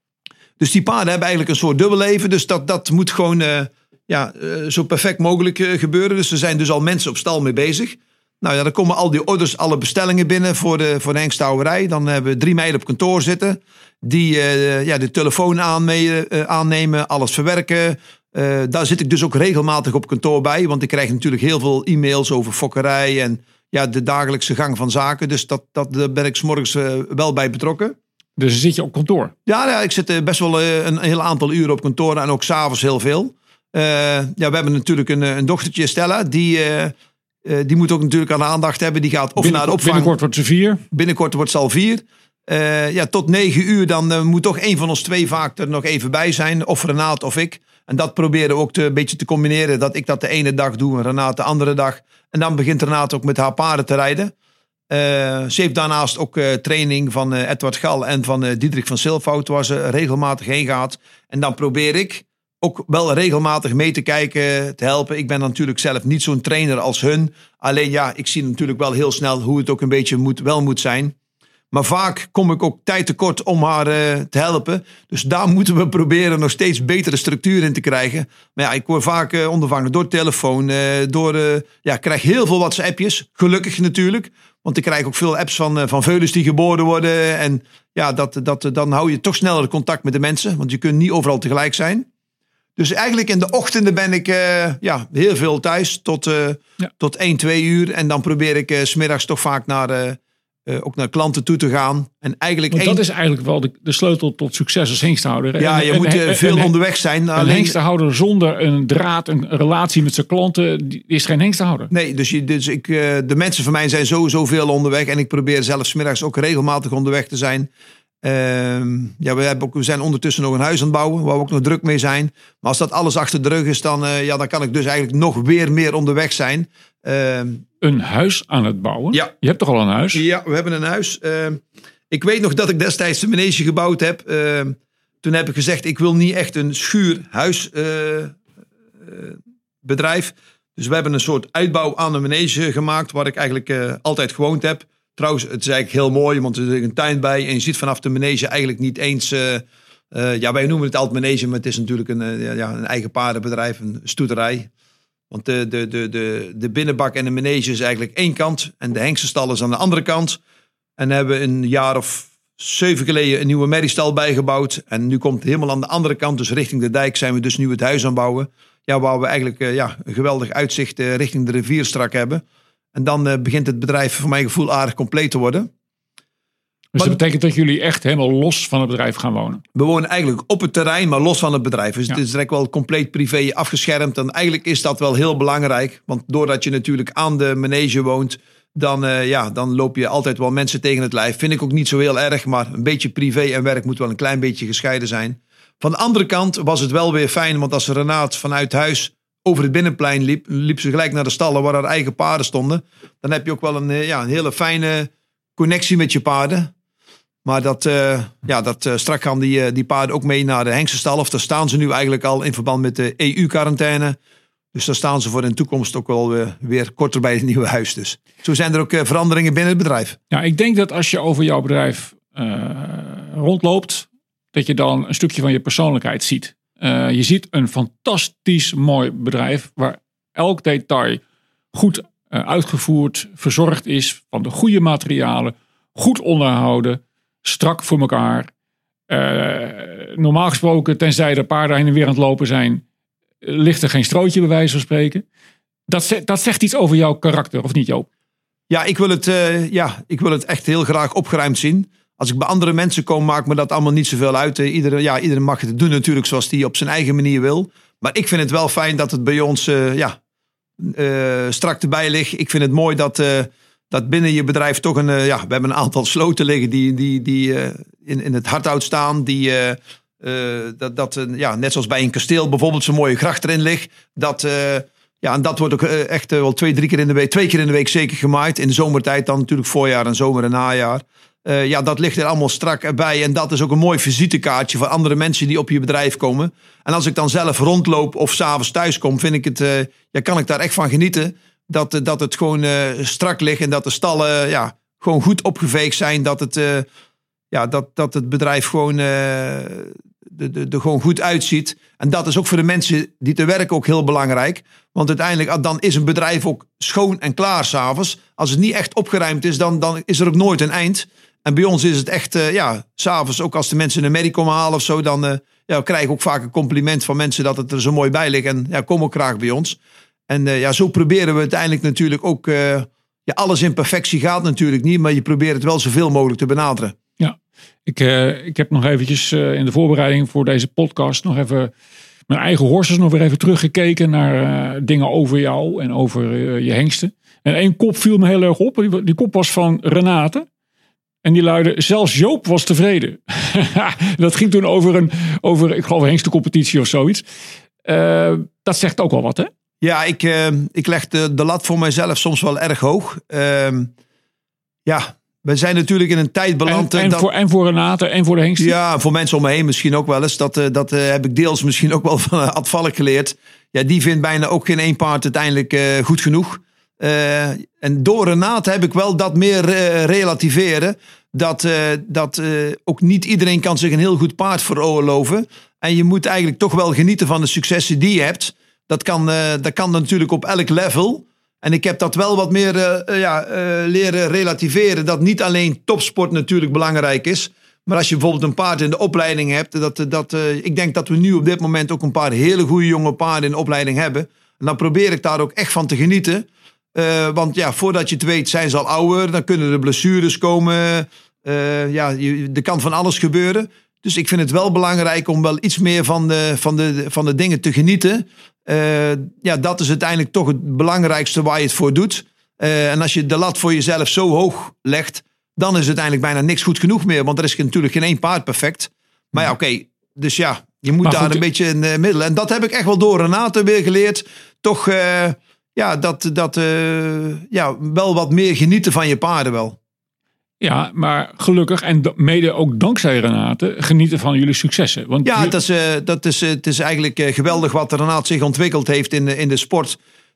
Dus die paarden hebben eigenlijk een soort dubbelleven. Dus dat, dat moet gewoon uh, ja, uh, zo perfect mogelijk uh, gebeuren. Dus er zijn dus al mensen op stal mee bezig. Nou ja, dan komen al die orders, alle bestellingen binnen voor de, voor de hengsthouwerij. Dan hebben we drie meiden op kantoor zitten. Die uh, ja, de telefoon aan mee, uh, aannemen, alles verwerken. Uh, daar zit ik dus ook regelmatig op kantoor bij. Want ik krijg natuurlijk heel veel e-mails over fokkerij. En ja, de dagelijkse gang van zaken. Dus dat, dat, daar ben ik 's morgens uh, wel bij betrokken. Dus dan zit je op kantoor? Ja, ja ik zit best wel een heel aantal uren op kantoor en ook 's avonds heel veel. Uh, ja, we hebben natuurlijk een, een dochtertje, Stella, die, uh, uh, die moet ook natuurlijk aan de aandacht hebben. Die gaat of naar de opvang. Binnenkort wordt ze vier. Binnenkort wordt ze al vier. Uh, ja, tot negen uur, dan uh, moet toch een van ons twee vaak er nog even bij zijn. Of Renaat of ik. En dat proberen we ook te, een beetje te combineren. Dat ik dat de ene dag doe en Renaat de andere dag. En dan begint Renaat ook met haar paarden te rijden. Uh, ze heeft daarnaast ook uh, training van uh, Edward Gal en van uh, Diederik van Silfhout, waar ze regelmatig heen gaat. En dan probeer ik ook wel regelmatig mee te kijken, te helpen. Ik ben natuurlijk zelf niet zo'n trainer als hun. Alleen ja, ik zie natuurlijk wel heel snel hoe het ook een beetje moet, wel moet zijn. Maar vaak kom ik ook tijd tekort om haar uh, te helpen. Dus daar moeten we proberen nog steeds betere structuur in te krijgen. Maar ja, ik word vaak uh, ondervangen door telefoon. Uh, door, uh, ja, ik krijg heel veel WhatsAppjes. Gelukkig natuurlijk. Want ik krijg ook veel apps van, uh, van veulens die geboren worden. En ja, dat, dat, dan hou je toch sneller contact met de mensen. Want je kunt niet overal tegelijk zijn. Dus eigenlijk in de ochtenden ben ik uh, ja, heel veel thuis. Tot, uh, ja. tot één, twee uur. En dan probeer ik uh, 's middags toch vaak naar... Uh, Uh, ook naar klanten toe te gaan. En eigenlijk Want één... dat is eigenlijk wel de, de sleutel tot succes als hengsthouder. Ja, en, je en, moet uh, en, veel en, onderweg zijn. Een alleen... hengsthouder zonder een draad, een relatie met zijn klanten, die is geen hengsthouder. Nee, dus, je, dus ik, uh, de mensen van mij zijn sowieso veel onderweg. En ik probeer zelfs 's middags ook regelmatig onderweg te zijn. Uh, ja, we, hebben ook, we zijn ondertussen nog een huis aan het bouwen, waar we ook nog druk mee zijn. Maar als dat alles achter de rug is, dan, uh, ja, dan kan ik dus eigenlijk nog weer meer onderweg zijn. Uh, een huis aan het bouwen? Ja. Je hebt toch al een huis? Ja, we hebben een huis. Uh, ik weet nog dat ik destijds de manege gebouwd heb. Uh, toen heb ik gezegd, ik wil niet echt een schuurhuisbedrijf. Uh, uh, bedrijf. Dus we hebben een soort uitbouw aan de manege gemaakt, waar ik eigenlijk uh, altijd gewoond heb. Trouwens, het is eigenlijk heel mooi, want er is een tuin bij. En je ziet vanaf de manege eigenlijk niet eens uh, Uh, ja, wij noemen het altijd manege, maar het is natuurlijk een, uh, ja, een eigen paardenbedrijf, een stoeterij. Want de, de, de, de, de binnenbak en de manege is eigenlijk één kant en de hengstenstal is aan de andere kant. En hebben we een jaar of zeven geleden een nieuwe merriestal bijgebouwd. En nu komt het helemaal aan de andere kant, dus richting de dijk zijn we dus nu het huis aan het bouwen. Ja, waar we eigenlijk uh, ja, een geweldig uitzicht uh, richting de rivier strak hebben. En dan uh, begint het bedrijf voor mijn gevoel aardig compleet te worden. Dus maar, dat betekent dat jullie echt helemaal los van het bedrijf gaan wonen? We wonen eigenlijk op het terrein, maar los van het bedrijf. Dus ja. Het is direct wel compleet privé afgeschermd. En eigenlijk is dat wel heel belangrijk. Want doordat je natuurlijk aan de manege woont, dan, uh, ja, dan loop je altijd wel mensen tegen het lijf. Vind ik ook niet zo heel erg, maar een beetje privé en werk moet wel een klein beetje gescheiden zijn. Van de andere kant was het wel weer fijn, want als Renaat vanuit huis over het binnenplein liep, liep ze gelijk naar de stallen waar haar eigen paarden stonden. Dan heb je ook wel een, ja, een hele fijne connectie met je paarden. Maar dat, uh, ja, dat uh, straks gaan die, uh, die paarden ook mee naar de hengstenstal. Of daar staan ze nu eigenlijk al in verband met de E U-quarantaine. Dus daar staan ze voor in de toekomst ook wel uh, weer korter bij het nieuwe huis. Dus zo zijn er ook uh, veranderingen binnen het bedrijf. Ja, ik denk dat als je over jouw bedrijf uh, rondloopt, dat je dan een stukje van je persoonlijkheid ziet. Uh, je ziet een fantastisch mooi bedrijf waar elk detail goed uh, uitgevoerd, verzorgd is van de goede materialen, goed onderhouden, strak voor elkaar. Uh, normaal gesproken, tenzij de paarden heen en weer aan het lopen zijn, ligt er geen strootje bij wijze van spreken. Dat, ze, dat zegt iets over jouw karakter, of niet, Joop? Ja, ik wil het, uh, ja, ik wil het echt heel graag opgeruimd zien. Als ik bij andere mensen kom, maakt me dat allemaal niet zoveel uit. Iedereen, ja, iedereen mag het doen natuurlijk zoals hij op zijn eigen manier wil. Maar ik vind het wel fijn dat het bij ons uh, ja, uh, strak erbij ligt. Ik vind het mooi dat, uh, dat binnen je bedrijf toch een... Uh, ja, we hebben een aantal sloten liggen die, die, die uh, in, in het hardhout staan. Die, uh, uh, dat, dat, uh, ja, net zoals bij een kasteel bijvoorbeeld zo'n mooie gracht erin ligt. Dat... Uh, Ja, en dat wordt ook echt wel twee, drie keer in de week, twee keer in de week zeker gemaaid. In de zomertijd dan natuurlijk voorjaar en zomer en najaar. Uh, ja, dat ligt er allemaal strak bij. En dat is ook een mooi visitekaartje voor andere mensen die op je bedrijf komen. En als ik dan zelf rondloop of 's avonds thuis kom, vind ik het, uh, ja, kan ik daar echt van genieten. Dat, uh, dat het gewoon uh, strak ligt en dat de stallen ja, gewoon goed opgeveegd zijn. Dat het, uh, ja, dat, dat het bedrijf gewoon... Uh, Er de, de, gewoon goed uitziet. En dat is ook voor de mensen die te werken ook heel belangrijk. Want uiteindelijk dan is een bedrijf ook schoon en klaar 's avonds. Als het niet echt opgeruimd is, dan, dan is er ook nooit een eind. En bij ons is het echt, uh, ja, 's avonds ook als de mensen een merrie komen halen of zo, dan uh, ja, krijg ik ook vaak een compliment van mensen dat het er zo mooi bij ligt. En ja, kom ook graag bij ons. En uh, ja, zo proberen we uiteindelijk natuurlijk ook, uh, ja, alles in perfectie gaat natuurlijk niet, maar je probeert het wel zoveel mogelijk te benaderen. Ja, ik, uh, ik heb nog eventjes uh, in de voorbereiding voor deze podcast nog even mijn eigen horses nog weer even teruggekeken naar uh, dingen over jou en over uh, je hengsten. En één kop viel me heel erg op. Die, die kop was van Renate. En die luidde, zelfs Joop was tevreden. Dat ging toen over een, over, ik geloof een hengstencompetitie of zoiets. Uh, dat zegt ook wel wat, hè? Ja, ik, uh, ik leg de, de lat voor mijzelf soms wel erg hoog. Uh, ja... We zijn natuurlijk in een tijd beland. En, en, dat, voor, en voor Renate en voor de hengsten? Ja, voor mensen om me heen misschien ook wel eens. Dat, dat uh, heb ik deels misschien ook wel van Ad Valk geleerd. Ja, die vindt bijna ook geen één paard uiteindelijk uh, goed genoeg. Uh, en door Renate heb ik wel dat meer uh, relativeren. Dat, uh, dat uh, ook niet iedereen kan zich een heel goed paard veroorloven. En je moet eigenlijk toch wel genieten van de successen die je hebt. Dat kan, uh, dat kan natuurlijk op elk level. En ik heb dat wel wat meer uh, ja, uh, leren relativeren. Dat niet alleen topsport natuurlijk belangrijk is. Maar als je bijvoorbeeld een paard in de opleiding hebt. Dat, dat, uh, ik denk dat we nu op dit moment ook een paar hele goede jonge paarden in de opleiding hebben. En dan probeer ik daar ook echt van te genieten. Uh, want ja, voordat je het weet zijn ze al ouder. Dan kunnen er blessures komen. Uh, ja, je, er kan van alles gebeuren. Dus ik vind het wel belangrijk om wel iets meer van de, van de, van de dingen te genieten. Uh, ja, dat is uiteindelijk toch het belangrijkste waar je het voor doet. Uh, en als je de lat voor jezelf zo hoog legt, dan is uiteindelijk bijna niks goed genoeg meer. Want er is natuurlijk geen één paard perfect. Maar ja, oké. Okay, dus ja, je moet maar daar goed, een beetje in uh, middelen. En dat heb ik echt wel door Renate weer geleerd. Toch, uh, ja, dat, dat uh, ja, wel wat meer genieten van je paarden wel. Ja, maar gelukkig en mede ook dankzij Renate genieten van jullie successen. Want ja, het is, uh, dat is, uh, het is eigenlijk uh, geweldig wat Renate zich ontwikkeld heeft in, uh, in de sport.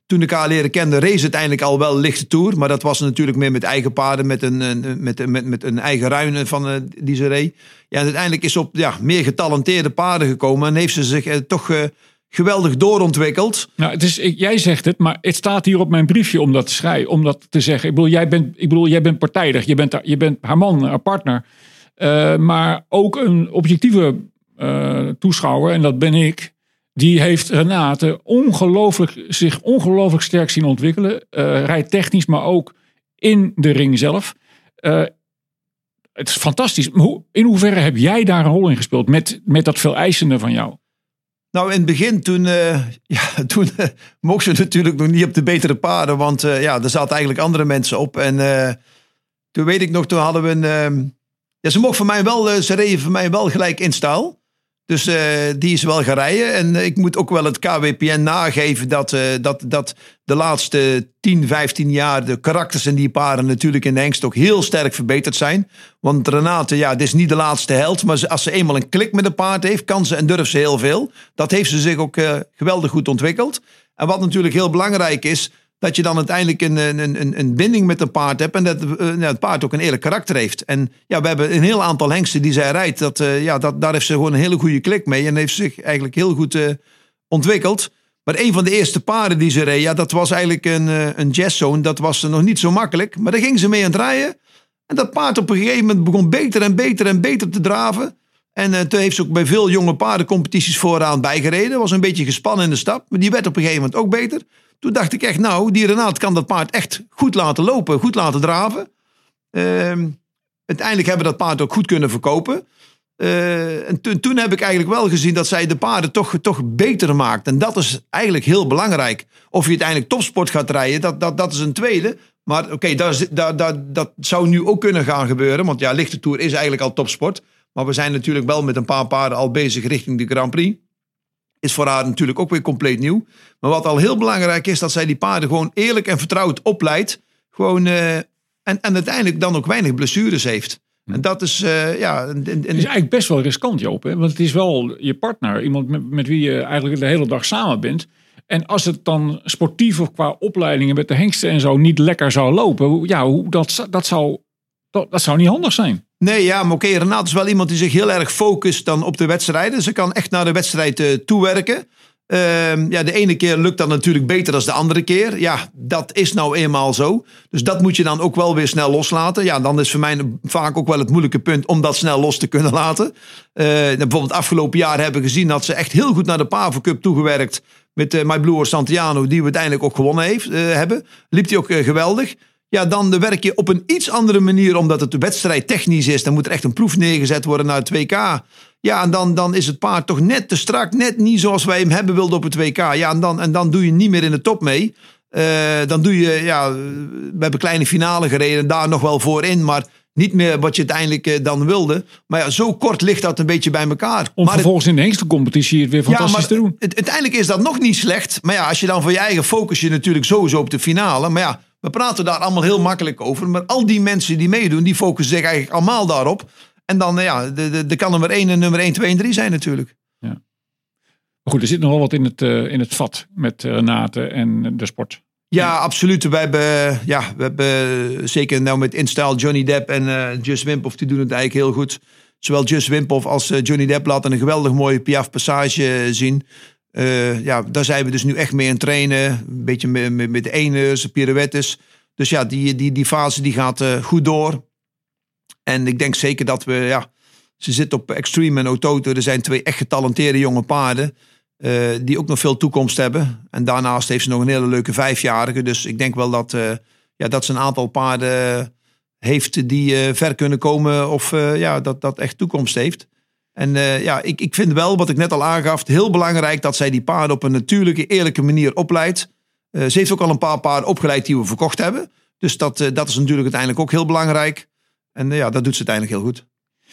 toen ik haar leren kende, race uiteindelijk al wel lichte toer. Maar dat was natuurlijk meer met eigen paarden, met een, een, met, met, met een eigen ruine van, uh, die ze reed. Ja, en uiteindelijk is ze op ja, meer getalenteerde paarden gekomen. En heeft ze zich uh, toch uh, geweldig doorontwikkeld. Nou, het is, ik, jij zegt het, maar het staat hier op mijn briefje om dat te schrijven. Om dat te zeggen. Ik bedoel, jij bent, ik bedoel, jij bent partijdig. Je bent, je bent haar man, haar partner. Uh, maar ook een objectieve uh, toeschouwer, en dat ben ik. Die heeft Renate ongelooflijk, zich ongelooflijk sterk zien ontwikkelen. Uh, rijtechnisch, maar ook in de ring zelf. Uh, het is fantastisch. In hoeverre heb jij daar een rol in gespeeld met, met dat veel eisende van jou? Nou, in het begin, toen, uh, ja, toen uh, mocht ze natuurlijk nog niet op de betere paarden. Want uh, ja, er zaten eigenlijk andere mensen op. En uh, toen weet ik nog, toen hadden we een... Uh, ja, ze mocht voor mij wel, uh, ze reden voor mij wel gelijk in staal. Dus uh, die is wel gaan rijden. En uh, ik moet ook wel het K W P N nageven dat, uh, dat, dat de laatste tien, vijftien jaar de karakters in die paarden natuurlijk in de hengst ook heel sterk verbeterd zijn. Want Renate, ja, dit is niet de laatste held. Maar als ze eenmaal een klik met een paard heeft, kan ze en durft ze heel veel. Dat heeft ze zich ook uh, geweldig goed ontwikkeld. En wat natuurlijk heel belangrijk is, dat je dan uiteindelijk een, een, een, een binding met een paard hebt. En dat uh, het paard ook een eerlijk karakter heeft. En ja, we hebben een heel aantal hengsten die zij rijdt. Dat, uh, ja, dat, daar heeft ze gewoon een hele goede klik mee. En heeft zich eigenlijk heel goed uh, ontwikkeld. Maar een van de eerste paarden die ze reed, ja, dat was eigenlijk een, uh, een jazzzoon. Dat was nog niet zo makkelijk. Maar daar ging ze mee aan het rijden. En dat paard op een gegeven moment begon beter en beter en beter te draven. En uh, toen heeft ze ook bij veel jonge paardencompetities vooraan bijgereden. Was een beetje gespannen in de stap. Maar die werd op een gegeven moment ook beter. Toen dacht ik echt, nou, die Renate kan dat paard echt goed laten lopen, goed laten draven. Uh, uiteindelijk hebben we dat paard ook goed kunnen verkopen. Uh, en to- toen heb ik eigenlijk wel gezien dat zij de paarden toch, toch beter maakt. En dat is eigenlijk heel belangrijk. Of je uiteindelijk topsport gaat rijden, dat, dat, dat is een tweede. Maar oké, okay, dat, dat, dat, dat zou nu ook kunnen gaan gebeuren. Want ja, lichte toer is eigenlijk al topsport. Maar we zijn natuurlijk wel met een paar paarden al bezig richting de Grand Prix. Is voor haar natuurlijk ook weer compleet nieuw. Maar wat al heel belangrijk is, dat zij die paarden gewoon eerlijk en vertrouwd opleidt. Gewoon, uh, en, en uiteindelijk dan ook weinig blessures heeft. En dat is, uh, ja... En, en, het is eigenlijk best wel riskant, Joop. Hè? Want het is wel je partner. Iemand met, met wie je eigenlijk de hele dag samen bent. En als het dan sportief of qua opleidingen met de hengsten en zo niet lekker zou lopen. Ja, hoe, dat, dat, zou, dat, dat zou niet handig zijn. Nee, ja, maar oké, okay, Renate is wel iemand die zich heel erg focust dan op de wedstrijden. Ze kan echt naar de wedstrijd uh, toewerken. Uh, ja, de ene keer lukt dat natuurlijk beter dan de andere keer. Ja, dat is nou eenmaal zo. Dus dat moet je dan ook wel weer snel loslaten. Ja, dan is voor mij vaak ook wel het moeilijke punt om dat snel los te kunnen laten. Uh, bijvoorbeeld afgelopen jaar hebben we gezien dat ze echt heel goed naar de Pavo Cup toegewerkt. Met uh, My Blue Horse Santiano, die we uiteindelijk ook gewonnen heeft, uh, hebben. Liep die ook uh, geweldig. Ja, dan werk je op een iets andere manier, omdat het de wedstrijd technisch is. Dan moet er echt een proef neergezet worden naar het W K. Ja, en dan, dan is het paard toch net te strak. Net niet zoals wij hem hebben wilden op het W K. Ja, en dan, en dan doe je niet meer in de top mee. Uh, dan doe je, ja, we hebben kleine finale gereden. Daar nog wel voor in, maar niet meer wat je uiteindelijk uh, dan wilde. Maar ja, zo kort ligt dat een beetje bij elkaar. Om maar vervolgens het, in de hengstencompetitie het weer fantastisch ja, maar te doen. Het, uiteindelijk is dat nog niet slecht. Maar ja, als je dan voor je eigen focus je natuurlijk sowieso op de finale. Maar ja, we praten daar allemaal heel makkelijk over. Maar al die mensen die meedoen, die focussen zich eigenlijk allemaal daarop. En dan, ja, er kan nummer één en nummer één, twee en drie zijn natuurlijk. Ja. Maar goed, er zit nogal wat in het, uh, in het vat met Renate en de sport. Ja, absoluut. We hebben, ja, we hebben zeker nou met InStyle Johnny Depp en uh, Just Wimpoff, die doen het eigenlijk heel goed. Zowel Just Wimpoff als uh, Johnny Depp laten een geweldig mooie Piaf Passage zien. Uh, ja, daar zijn we dus nu echt mee aan het trainen. Een beetje met, met, met de eners, de pirouettes. Dus ja, die, die, die fase die gaat uh, goed door. En ik denk zeker dat we, ja, ze zit op Extreme en Ototo. Er zijn twee echt getalenteerde jonge paarden. Uh, die ook nog veel toekomst hebben. En daarnaast heeft ze nog een hele leuke vijfjarige. Dus ik denk wel dat, uh, ja, dat ze een aantal paarden heeft die uh, ver kunnen komen. Of uh, ja, dat dat echt toekomst heeft. En uh, ja, ik, ik vind wel, wat ik net al aangaf, heel belangrijk dat zij die paarden op een natuurlijke, eerlijke manier opleidt. Uh, ze heeft ook al een paar paarden opgeleid die we verkocht hebben. Dus dat, uh, dat is natuurlijk uiteindelijk ook heel belangrijk. En uh, ja, dat doet ze uiteindelijk heel goed.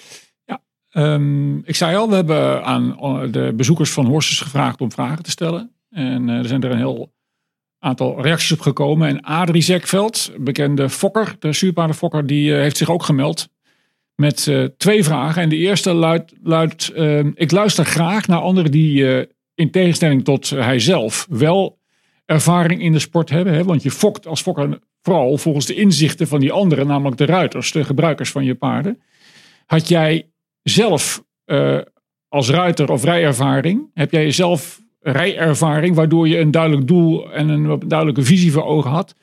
Um, ik zei al, we hebben aan de bezoekers van Horses gevraagd om vragen te stellen. En uh, er zijn er een heel aantal reacties op gekomen. En Adrie Zekveld, bekende fokker, de zuurpaardenfokker, die uh, heeft zich ook gemeld met uh, twee vragen. En de eerste luidt, luidt uh, ik luister graag naar anderen die uh, in tegenstelling tot uh, hij zelf wel ervaring in de sport hebben. Hè? Want je fokt als fokker vooral volgens de inzichten van die anderen, namelijk de ruiters, de gebruikers van je paarden. Had jij zelf uh, als ruiter of rijervaring, heb jij zelf rijervaring, waardoor je een duidelijk doel en een duidelijke visie voor ogen had?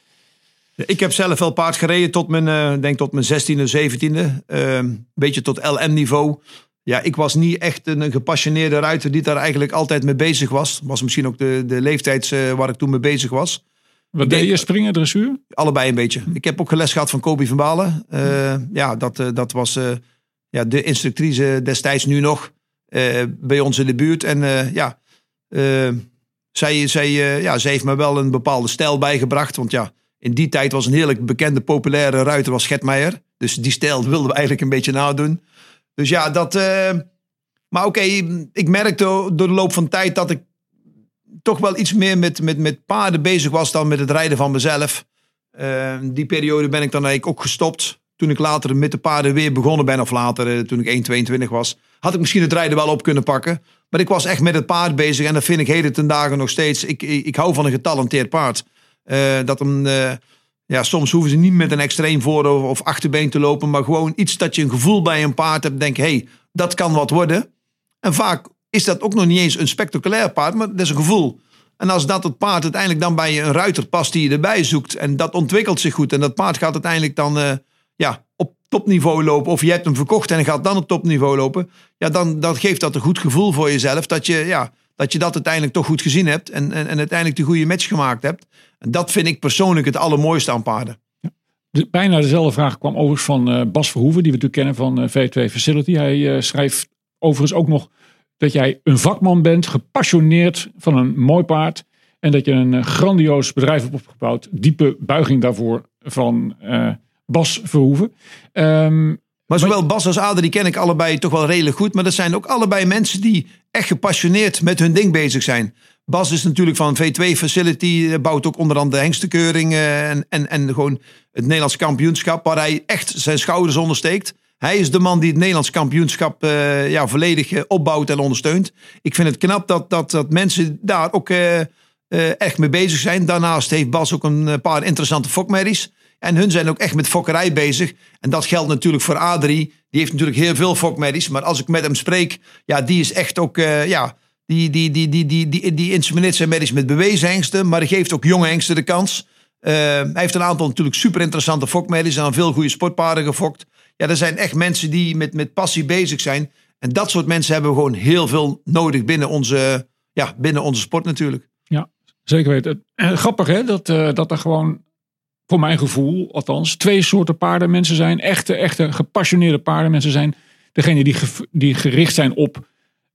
Ik heb zelf wel paard gereden tot mijn, uh, denk tot mijn zestiende, zeventiende. Uh, een beetje tot L M-niveau. Ja, ik was niet echt een gepassioneerde ruiter die daar eigenlijk altijd mee bezig was. Was misschien ook de, de leeftijd uh, waar ik toen mee bezig was. Wat deed je? Springen, dressuur? Allebei een beetje. Ik heb ook les gehad van Kobi van Balen. Uh, ja, dat, uh, dat was uh, ja, de instructrice destijds nu nog uh, bij ons in de buurt. En uh, ja, uh, zij, zij, uh, ja, zij heeft me wel een bepaalde stijl bijgebracht. Want ja, in die tijd was een heerlijk bekende, populaire ruiter was Gert Meijer. Dus die stijl wilden we eigenlijk een beetje nadoen. Dus ja, dat... Uh, maar oké, okay, ik merkte door de loop van de tijd dat ik toch wel iets meer met, met, met paarden bezig was dan met het rijden van mezelf. Uh, die periode ben ik dan eigenlijk ook gestopt. Toen ik later met de paarden weer begonnen ben, of later, uh, toen ik één komma tweeëntwintig was, had ik misschien het rijden wel op kunnen pakken. Maar ik was echt met het paard bezig en dat vind ik heden ten dagen nog steeds. Ik, ik, ik hou van een getalenteerd paard. Uh, dat hem, uh, ja, soms hoeven ze niet met een extreem voor- of achterbeen te lopen, maar gewoon iets dat je een gevoel bij een paard hebt. Denk, hé, hey, dat kan wat worden. En vaak is dat ook nog niet eens een spectaculair paard, maar dat is een gevoel. En als dat het paard uiteindelijk dan bij een ruiter past die je erbij zoekt en dat ontwikkelt zich goed en dat paard gaat uiteindelijk dan uh, ja, op topniveau lopen of je hebt hem verkocht en hij gaat dan op topniveau lopen, ja, dan, dan geeft dat een goed gevoel voor jezelf dat je, ja, dat je dat uiteindelijk toch goed gezien hebt en, en, en uiteindelijk de goede match gemaakt hebt. En dat vind ik persoonlijk het allermooiste aan paarden. Ja. De, bijna dezelfde vraag kwam overigens van uh, Bas Verhoeven, die we natuurlijk kennen van uh, V twee Facility. Hij uh, schrijft overigens ook nog dat jij een vakman bent, gepassioneerd van een mooi paard. En dat je een grandioos bedrijf hebt opgebouwd. Diepe buiging daarvoor van uh, Bas Verhoeven. Um, maar zowel Bas als Ader, die ken ik allebei toch wel redelijk goed. Maar dat zijn ook allebei mensen die echt gepassioneerd met hun ding bezig zijn. Bas is natuurlijk van V twee Facility. Bouwt ook onder andere de hengstenkeuring. Uh, en, en, en gewoon het Nederlands kampioenschap. Waar hij echt zijn schouders onder steekt. Hij is de man die het Nederlands kampioenschap uh, ja, volledig uh, opbouwt en ondersteunt. Ik vind het knap dat, dat, dat mensen daar ook uh, uh, echt mee bezig zijn. Daarnaast heeft Bas ook een paar interessante fokmerries. En hun zijn ook echt met fokkerij bezig. En dat geldt natuurlijk voor Adrie. Die heeft natuurlijk heel veel fokmerries. Maar als ik met hem spreek, ja, die is echt ook... Uh, ja, die, die, die, die, die, die, die insemineert zijn merries met bewezen hengsten. Maar die geeft ook jonge hengsten de kans. Uh, hij heeft een aantal natuurlijk super interessante fokmerries. En aan veel goede sportpaarden gefokt. Ja, er zijn echt mensen die met, met passie bezig zijn. En dat soort mensen hebben we gewoon heel veel nodig binnen onze, ja, binnen onze sport natuurlijk. Ja, zeker weten. Uh, grappig hè, dat, uh, dat er gewoon, voor mijn gevoel althans, twee soorten paardenmensen zijn. Echte, echte gepassioneerde paardenmensen zijn. Degene die, ge, die gericht zijn op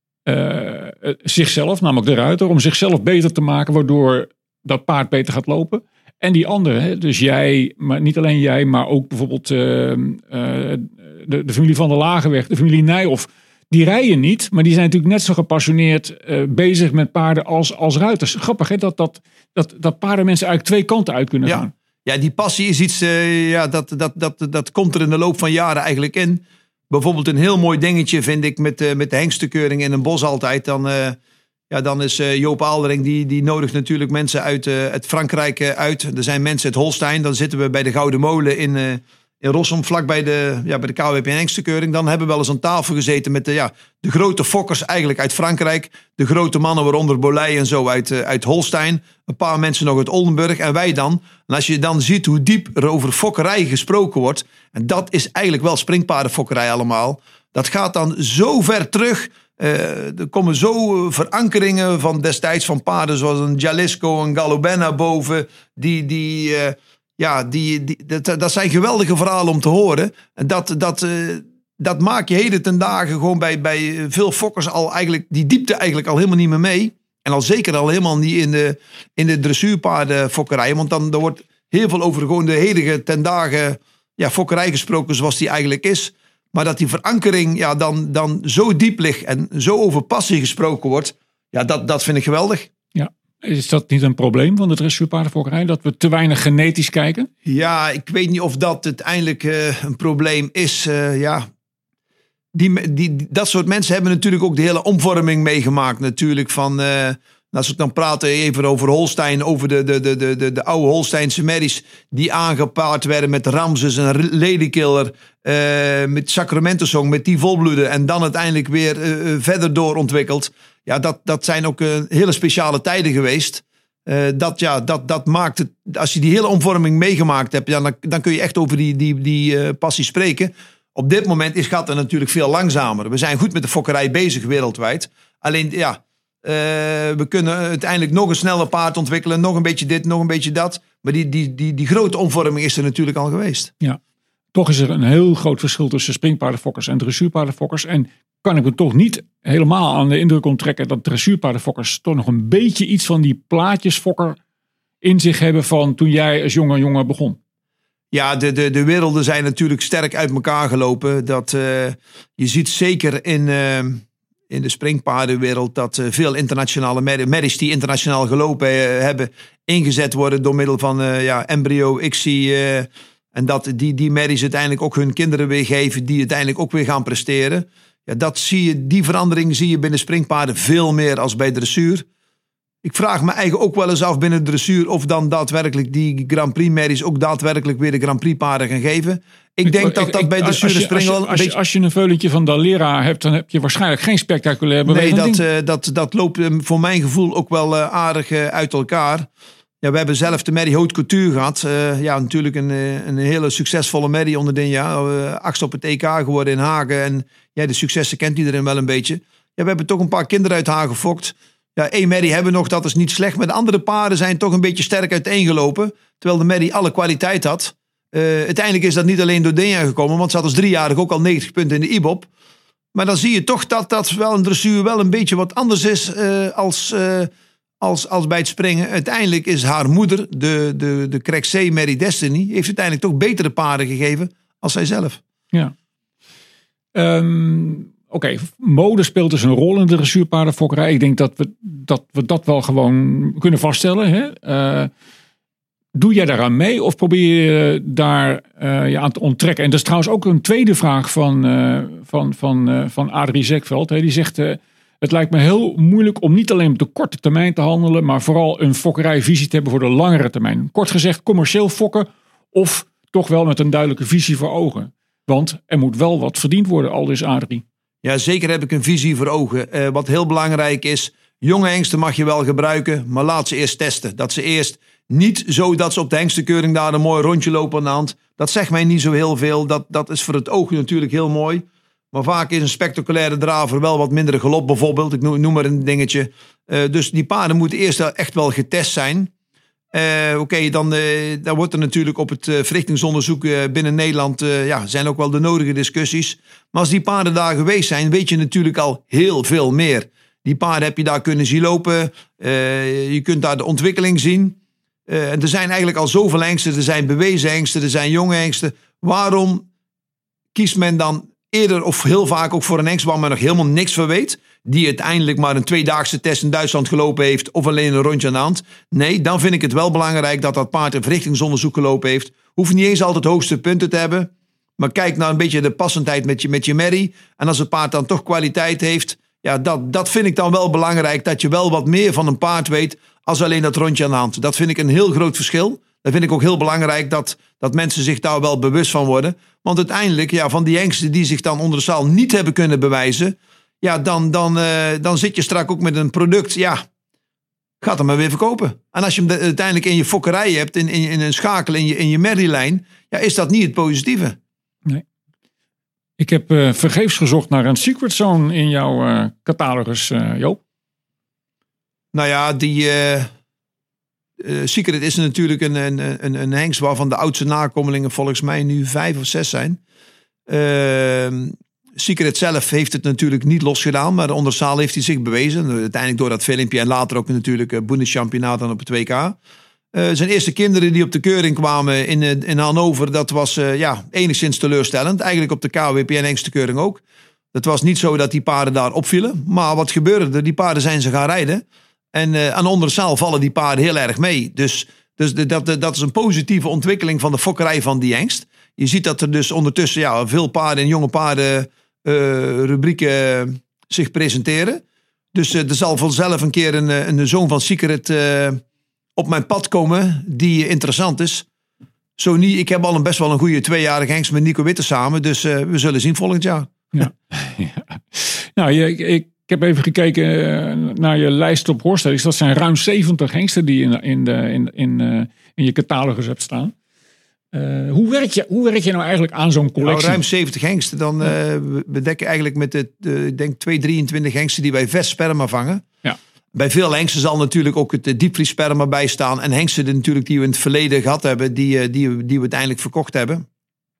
uh, zichzelf, namelijk de ruiter. Om zichzelf beter te maken, waardoor dat paard beter gaat lopen. En die andere, hè, dus jij, maar niet alleen jij, maar ook bijvoorbeeld uh, uh, de, de familie van der Lagenweg, de familie Nijhoff, die rijden niet, maar die zijn natuurlijk net zo gepassioneerd uh, bezig met paarden als, als ruiters. Grappig hè, dat, dat, dat, dat paardenmensen eigenlijk twee kanten uit kunnen ja. gaan. Ja, die passie is iets, uh, ja, dat, dat, dat, dat komt er in de loop van jaren eigenlijk in. Bijvoorbeeld een heel mooi dingetje vind ik met, uh, met de hengstenkeuring in een bos altijd. Dan... Uh, Ja, dan is uh, Joop Aaldering, die, die nodigt natuurlijk mensen uit, uh, uit Frankrijk uh, uit. Er zijn mensen uit Holstein. Dan zitten we bij de Gouden Molen in, uh, in Rossum, vlak bij de, ja, bij de K W P hengstenkeuring. Dan hebben we wel eens aan tafel gezeten met de, ja, de grote fokkers eigenlijk uit Frankrijk. De grote mannen, waaronder Bolij en zo uit, uh, uit Holstein. Een paar mensen nog uit Oldenburg. En wij dan. En als je dan ziet hoe diep er over fokkerij gesproken wordt. En dat is eigenlijk wel springpaardenfokkerij allemaal. Dat gaat dan zo ver terug. Uh, er komen zo verankeringen van destijds van paarden zoals een Jalisco, een Galoben naar boven. Die, die, uh, ja, die, die, dat, dat zijn geweldige verhalen om te horen. En dat, dat, uh, dat maak je heden ten dagen gewoon bij, bij veel fokkers al eigenlijk, die diepte eigenlijk al helemaal niet meer mee. En al zeker al helemaal niet in de, in de dressuurpaardenfokkerij. Want dan er wordt heel veel over gewoon de hedige ten dagen ja, fokkerij gesproken zoals die eigenlijk is. Maar dat die verankering ja, dan, dan zo diep ligt en zo over passie gesproken wordt. Ja, dat, dat vind ik geweldig. Ja. Is dat niet een probleem van de dressuurpaardenfokkerij? Dat we te weinig genetisch kijken? Ja, ik weet niet of dat uiteindelijk uh, een probleem is. Uh, ja. die, die, dat soort mensen hebben natuurlijk ook de hele omvorming meegemaakt. Natuurlijk van uh, En als we dan praten even over Holstein, over de, de, de, de, de oude Holsteinse merries die aangepaard werden met Ramses en Ladykiller, uh, met Sacramento Song, met die volbloeden en dan uiteindelijk weer uh, verder doorontwikkeld. Ja, dat, dat zijn ook uh, hele speciale tijden geweest. Uh, dat, ja, dat, dat maakt het, als je die hele omvorming meegemaakt hebt, ja, dan, dan kun je echt over die, die, die uh, passie spreken. Op dit moment is, gaat het natuurlijk veel langzamer. We zijn goed met de fokkerij bezig wereldwijd. Alleen, ja, uh, we kunnen uiteindelijk nog een sneller paard ontwikkelen. Nog een beetje dit, nog een beetje dat. Maar die, die, die, die grote omvorming is er natuurlijk al geweest. Ja, toch is er een heel groot verschil tussen springpaardenfokkers en dressuurpaardenfokkers. En kan ik me toch niet helemaal aan de indruk onttrekken dat dressuurpaardenfokkers toch nog een beetje iets van die plaatjesfokker in zich hebben van toen jij als jonge jongen begon. Ja, de, de, de werelden zijn natuurlijk sterk uit elkaar gelopen. Dat, uh, je ziet zeker in, uh, in de springpaardenwereld dat uh, veel internationale merries die internationaal gelopen uh, hebben ingezet worden door middel van uh, ja, embryo, X C. Uh, en dat die, die merries uiteindelijk ook hun kinderen weer geven die uiteindelijk ook weer gaan presteren. Ja, dat zie je, die verandering zie je binnen springpaarden veel meer als bij dressuur. Ik vraag me eigenlijk ook wel eens af binnen de dressuur of dan daadwerkelijk die Grand Prix merries ook daadwerkelijk weer de Grand Prix paarden gaan geven. Ik denk ik, dat dat ik, bij dressuur en springen wel een als, beetje... Als je een veulentje van Dalera hebt, dan heb je waarschijnlijk geen spectaculair beweging. Nee, dat, uh, dat, dat loopt um, voor mijn gevoel ook wel uh, aardig uh, uit elkaar. Ja, we hebben zelf de merrie Haute Couture gehad. Uh, ja, natuurlijk een, een hele succesvolle merrie onder Dinja. Uh, achtste op het E K geworden in Hagen. En ja, de successen kent iedereen wel een beetje. Ja, we hebben toch een paar kinderen uit Hagen gefokt. Ja, één merrie hebben we nog, dat is niet slecht. Maar de andere paarden zijn toch een beetje sterk uiteengelopen. Terwijl de merrie alle kwaliteit had. Uh, uiteindelijk is dat niet alleen door Dinja gekomen. Want ze had als driejarig ook al negentig punten in de I B O P. Maar dan zie je toch dat dat wel een dressuur wel een beetje wat anders is uh, als... Uh, Als, als bij het springen. Uiteindelijk is haar moeder, de, de, de Crexé Mary Destiny, heeft uiteindelijk toch betere paarden gegeven als zijzelf. Ja. Um, Oké, okay. Mode speelt dus een rol in de dressuurpaardenfokkerij. Ik denk dat we dat, we dat wel gewoon kunnen vaststellen. Hè? Uh, doe jij daaraan mee of probeer je daar uh, je aan te onttrekken? En dat is trouwens ook een tweede vraag van, uh, van, van, uh, van Adrie Zekveld. Hè? Die zegt... Uh, Het lijkt me heel moeilijk om niet alleen op de korte termijn te handelen, maar vooral een fokkerijvisie te hebben voor de langere termijn. Kort gezegd, commercieel fokken of toch wel met een duidelijke visie voor ogen. Want er moet wel wat verdiend worden, aldus Adrie. Ja, zeker heb ik een visie voor ogen. Uh, wat heel belangrijk is, jonge hengsten mag je wel gebruiken, maar laat ze eerst testen. Dat ze eerst niet zo dat ze op de hengstenkeuring daar een mooi rondje lopen aan de hand. Dat zegt mij niet zo heel veel. Dat, dat is voor het oog natuurlijk heel mooi. Maar vaak is een spectaculaire draver wel wat minder galop bijvoorbeeld. Ik noem, noem maar een dingetje. Uh, dus die paarden moeten eerst echt wel getest zijn. Uh, Oké, okay, dan, uh, dan wordt er natuurlijk op het uh, verrichtingsonderzoek uh, binnen Nederland... Uh, ja, zijn ook wel de nodige discussies. Maar als die paarden daar geweest zijn, weet je natuurlijk al heel veel meer. Die paarden heb je daar kunnen zien lopen. Uh, je kunt daar de ontwikkeling zien. Uh, en er zijn eigenlijk al zoveel hengsten. Er zijn bewezen hengsten, er zijn jonge hengsten. Waarom kiest men dan... eerder of heel vaak ook voor een hengst waar men nog helemaal niks van weet. Die uiteindelijk maar een tweedaagse test in Duitsland gelopen heeft. Of alleen een rondje aan de hand. Nee, dan vind ik het wel belangrijk dat dat paard een verrichtingsonderzoek gelopen heeft. Hoeft niet eens altijd hoogste punten te hebben. Maar kijk naar een beetje de passendheid met je, met je merrie. En als het paard dan toch kwaliteit heeft. Ja, dat, dat vind ik dan wel belangrijk. Dat je wel wat meer van een paard weet. Als alleen dat rondje aan de hand. Dat vind ik een heel groot verschil. Dat vind ik ook heel belangrijk dat, dat mensen zich daar wel bewust van worden. Want uiteindelijk, ja, van die hengsten die zich dan onder de zaal niet hebben kunnen bewijzen. Ja, dan, dan, uh, dan zit je strak ook met een product. Ja, gaat hem maar weer verkopen. En als je hem de, uiteindelijk in je fokkerij hebt, in, in, in een schakel, in je, in je merrielijn. Ja, is dat niet het positieve. Nee. Ik heb uh, vergeefs gezocht naar een secret zone in jouw uh, catalogus, uh, Joop. Nou ja, die... Uh... Uh, Secret is natuurlijk een, een, een, een hengst waarvan de oudste nakomelingen volgens mij nu vijf of zes zijn. Uh, Secret zelf heeft het natuurlijk niet losgedaan, maar onder zaal heeft hij zich bewezen. Uiteindelijk door dat filmpje en later ook natuurlijk uh, Bundeschampionaat op het W K. Uh, zijn eerste kinderen die op de keuring kwamen in, in Hannover, dat was uh, ja, enigszins teleurstellend. Eigenlijk op de K W P N hengstenkeuring ook. Het was niet zo dat die paarden daar opvielen, maar wat gebeurde er? Die paarden zijn ze gaan rijden. En uh, aan de onderzaal vallen die paarden heel erg mee. Dus, dus de, dat, de, dat is een positieve ontwikkeling van de fokkerij van die hengst. Je ziet dat er dus ondertussen ja, veel paarden en jonge paarden uh, rubrieken uh, zich presenteren. Dus uh, er zal vanzelf een keer een, een zoon van Secret uh, op mijn pad komen die interessant is. Zo niet, ik heb al een best wel een goede tweejarige hengst met Nico Witte samen. Dus uh, we zullen zien volgend jaar. Ja. Ja. Nou, je, ik, ik heb even gekeken naar je lijst op Horstedix. Dat zijn ruim zeventig hengsten die je in, in, de, in, in, uh, in je catalogus hebt staan. Uh, hoe, werk je, hoe werk je nou eigenlijk aan zo'n collectie? Nou, ruim zeventig hengsten. Dan uh, we dekken eigenlijk met de, de ik denk twee drieëntwintig hengsten die wij vers sperma vangen. Ja. Bij veel hengsten zal natuurlijk ook het diepvriessperma bij staan. En hengsten die, natuurlijk die we in het verleden gehad hebben, die, die, die we uiteindelijk verkocht hebben.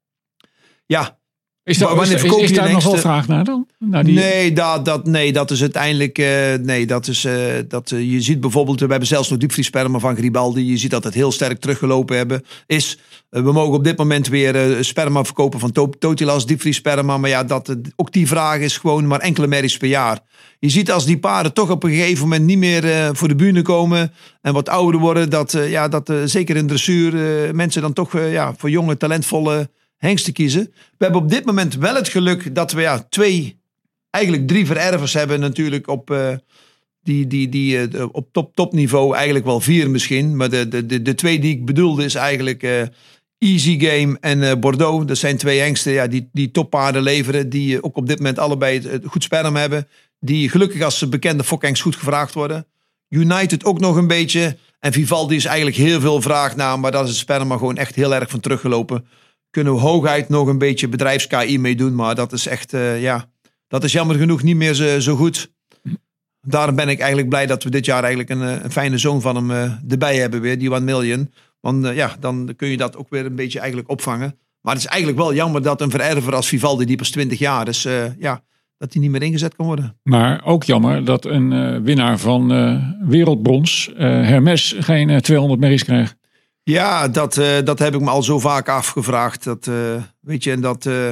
Ja. Is, dat, is, is, is daar nog wel vraag naar dan? Naar die... nee, dat, dat, nee, dat is uiteindelijk... Uh, nee, dat is... Uh, dat, uh, je ziet bijvoorbeeld... We hebben zelfs nog diepvriessperma van Gribaldi. Je ziet dat het heel sterk teruggelopen hebben, is. Uh, we mogen op dit moment weer uh, sperma verkopen van to- Totilas diepvriessperma. Maar ja, dat, uh, ook die vraag is gewoon maar enkele merries per jaar. Je ziet als die paarden toch op een gegeven moment niet meer uh, voor de bühne komen en wat ouder worden. Dat, uh, ja, dat uh, zeker in dressuur uh, mensen dan toch uh, ja, voor jonge, talentvolle... hengsten kiezen. We hebben op dit moment wel het geluk dat we ja, twee, eigenlijk drie verervers hebben natuurlijk op, uh, die, die, die, uh, op top, topniveau. Eigenlijk wel vier misschien. Maar de, de, de, de twee die ik bedoelde is eigenlijk uh, Easy Game en uh, Bordeaux. Dat zijn twee hengsten ja, die, die toppaarden leveren. Die uh, ook op dit moment allebei het, het goed sperma hebben. Die gelukkig als bekende fokhengst goed gevraagd worden. United ook nog een beetje. En Vivaldi is eigenlijk heel veel vraag naar. Maar daar is het sperma gewoon echt heel erg van teruggelopen. Kunnen we hooguit nog een beetje bedrijfs-K I mee doen. Maar dat is echt, uh, ja, dat is jammer genoeg niet meer zo, zo goed. Daarom ben ik eigenlijk blij dat we dit jaar eigenlijk een, een fijne zoon van hem uh, erbij hebben weer. Die one million. Want uh, ja, dan kun je dat ook weer een beetje eigenlijk opvangen. Maar het is eigenlijk wel jammer dat een vererver als Vivaldi, die pas twintig jaar is, uh, ja, dat hij niet meer ingezet kan worden. Maar ook jammer dat een uh, winnaar van uh, wereldbrons, uh, Hermes, geen uh, tweehonderd merries krijgt. Ja, dat, uh, dat heb ik me al zo vaak afgevraagd. Dat, uh, weet je, en dat... Uh,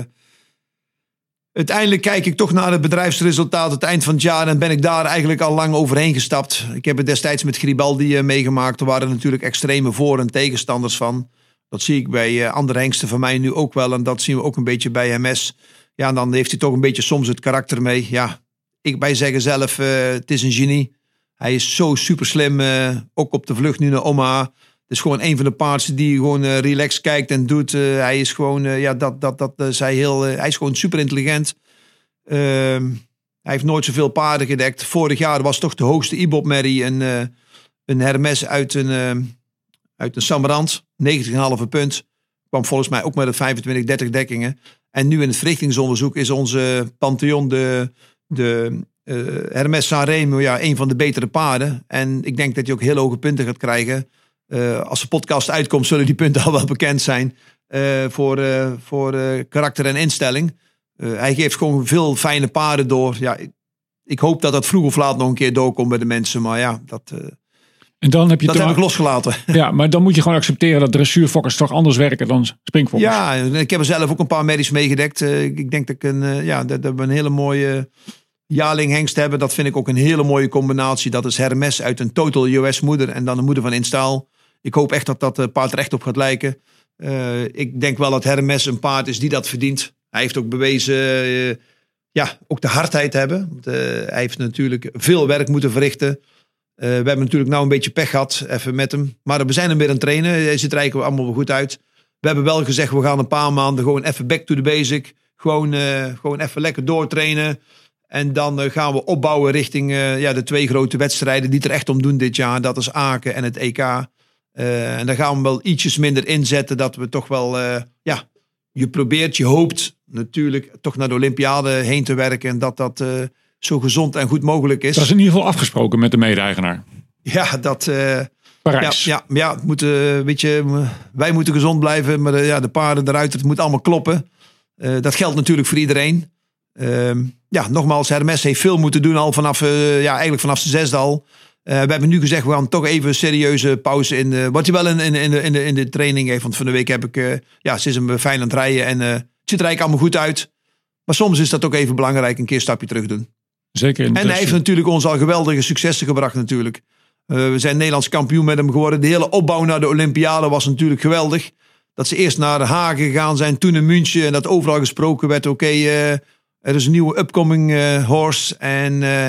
uiteindelijk kijk ik toch naar het bedrijfsresultaat het eind van het jaar en ben ik daar eigenlijk al lang overheen gestapt. Ik heb het destijds met Gribaldi uh, meegemaakt. Er waren natuurlijk extreme voor- en tegenstanders van. Dat zie ik bij uh, andere hengsten van mij nu ook wel. En dat zien we ook een beetje bij H M S. Ja, en dan heeft hij toch een beetje soms het karakter mee. Ja, ik, wij zeggen zelf, uh, het is een genie. Hij is zo super slim, uh, ook op de vlucht nu naar Omaha. Het is gewoon een van de paarden die gewoon uh, relaxed kijkt en doet. Uh, hij is gewoon, uh, ja, dat, dat, dat uh, zij heel, uh, hij is gewoon super intelligent. Uh, hij heeft nooit zoveel paarden gedekt. Vorig jaar was toch de hoogste I B O P-merrie een, uh, een Hermes uit een, uh, uit een Samarand. negentig komma vijf punt. Kwam volgens mij ook met het vijfentwintig, dertig dekkingen. En nu in het verrichtingsonderzoek is onze Pantheon de, de uh, Hermes Sanremo ja, een van de betere paarden. En ik denk dat hij ook heel hoge punten gaat krijgen. Uh, als de podcast uitkomt, zullen die punten al wel bekend zijn. Uh, voor uh, voor uh, karakter en instelling. Uh, hij geeft gewoon veel fijne paarden door. Ja, ik, ik hoop dat dat vroeg of laat nog een keer doorkomt bij de mensen. Maar ja, dat, uh, en dan heb, je dat te... heb ik losgelaten. Ja, maar dan moet je gewoon accepteren dat dressuurfokkers toch anders werken dan springfokkers. Ja, ik heb er zelf ook een paar merries meegedekt. Uh, ik denk dat, ik een, uh, ja, dat, dat we een hele mooie jaarling hengst hebben. Dat vind ik ook een hele mooie combinatie. Dat is Hermes uit een Total U S moeder en dan een moeder van Instaal. Ik hoop echt dat dat paard recht op gaat lijken. Uh, ik denk wel dat Hermes een paard is die dat verdient. Hij heeft ook bewezen uh, ja, ook de hardheid hebben. Want, uh, hij heeft natuurlijk veel werk moeten verrichten. Uh, we hebben natuurlijk nou een beetje pech gehad even met hem. Maar we zijn hem weer aan het trainen. Hij ziet er eigenlijk allemaal goed uit. We hebben wel gezegd, we gaan een paar maanden gewoon even back to the basic. Gewoon, uh, gewoon even lekker doortrainen. En dan uh, gaan we opbouwen richting uh, ja, de twee grote wedstrijden die er echt om doen dit jaar. Dat is Aken en het E K. Uh, en dan gaan we wel ietsjes minder inzetten. Dat we toch wel, uh, ja, je probeert, je hoopt natuurlijk toch naar de Olympiade heen te werken. En dat dat uh, zo gezond en goed mogelijk is. Dat is in ieder geval afgesproken met de mede-eigenaar. Ja, dat... Uh, Parijs. Ja, ja, ja het moet, uh, weet je, wij moeten gezond blijven. Maar de, ja, de paarden eruit, het moet allemaal kloppen. Uh, dat geldt natuurlijk voor iedereen. Uh, ja, nogmaals, Hermes heeft veel moeten doen al vanaf, uh, ja, eigenlijk vanaf de zesde al. Uh, we hebben nu gezegd, we gaan toch even een serieuze pauze in. Uh, wat je wel in, in, in, de, in, de, in de training heeft. Want van de week heb ik, uh, ja, ze is hem fijn aan het rijden. En uh, het ziet er eigenlijk allemaal goed uit. Maar soms is dat ook even belangrijk, een keer een stapje terug doen. Zeker. In en hij heeft natuurlijk ons al geweldige successen gebracht natuurlijk. Uh, we zijn Nederlands kampioen met hem geworden. De hele opbouw naar de Olympiade was natuurlijk geweldig. Dat ze eerst naar Hagen gegaan zijn, toen in München. En dat overal gesproken werd, oké, okay, uh, er is een nieuwe upcoming uh, horse. En uh,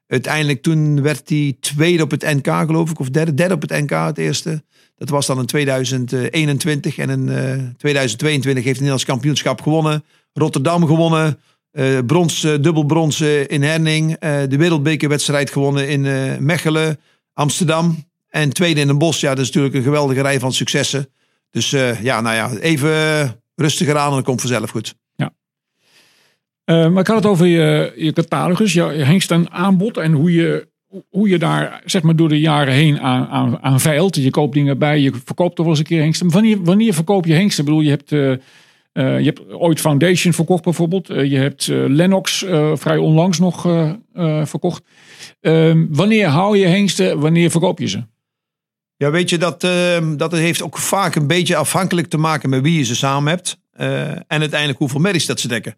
Uiteindelijk toen werd hij tweede op het N K, geloof ik. Of derde, derde op het N K, het eerste. Dat was dan in tweeduizend eenentwintig. En in uh, tweeduizend tweeëntwintig heeft hij het Nederlands kampioenschap gewonnen. Rotterdam gewonnen. Uh, brons, uh, dubbel brons uh, in Herning. Uh, de wereldbekerwedstrijd gewonnen in uh, Mechelen. Amsterdam. En tweede in Den Bosch. Ja, dat is natuurlijk een geweldige rij van successen. Dus uh, ja, nou ja, even uh, rustiger aan en dat komt vanzelf goed. Ja. Uh, maar ik had het over je, je catalogus, je hengsten aanbod en hoe je, hoe je daar zeg maar door de jaren heen aan, aan, aan veilt. Je koopt dingen bij, je verkoopt toch wel eens een keer hengsten. Wanneer, wanneer verkoop je hengsten? Ik bedoel, je hebt, uh, uh, je hebt ooit Foundation verkocht bijvoorbeeld. Uh, je hebt uh, Lennox uh, vrij onlangs nog uh, uh, verkocht. Uh, wanneer hou je hengsten? Wanneer verkoop je ze? Ja, weet je, dat, uh, dat heeft ook vaak een beetje afhankelijk te maken met wie je ze samen hebt. Uh, en uiteindelijk hoeveel merries dat ze dekken.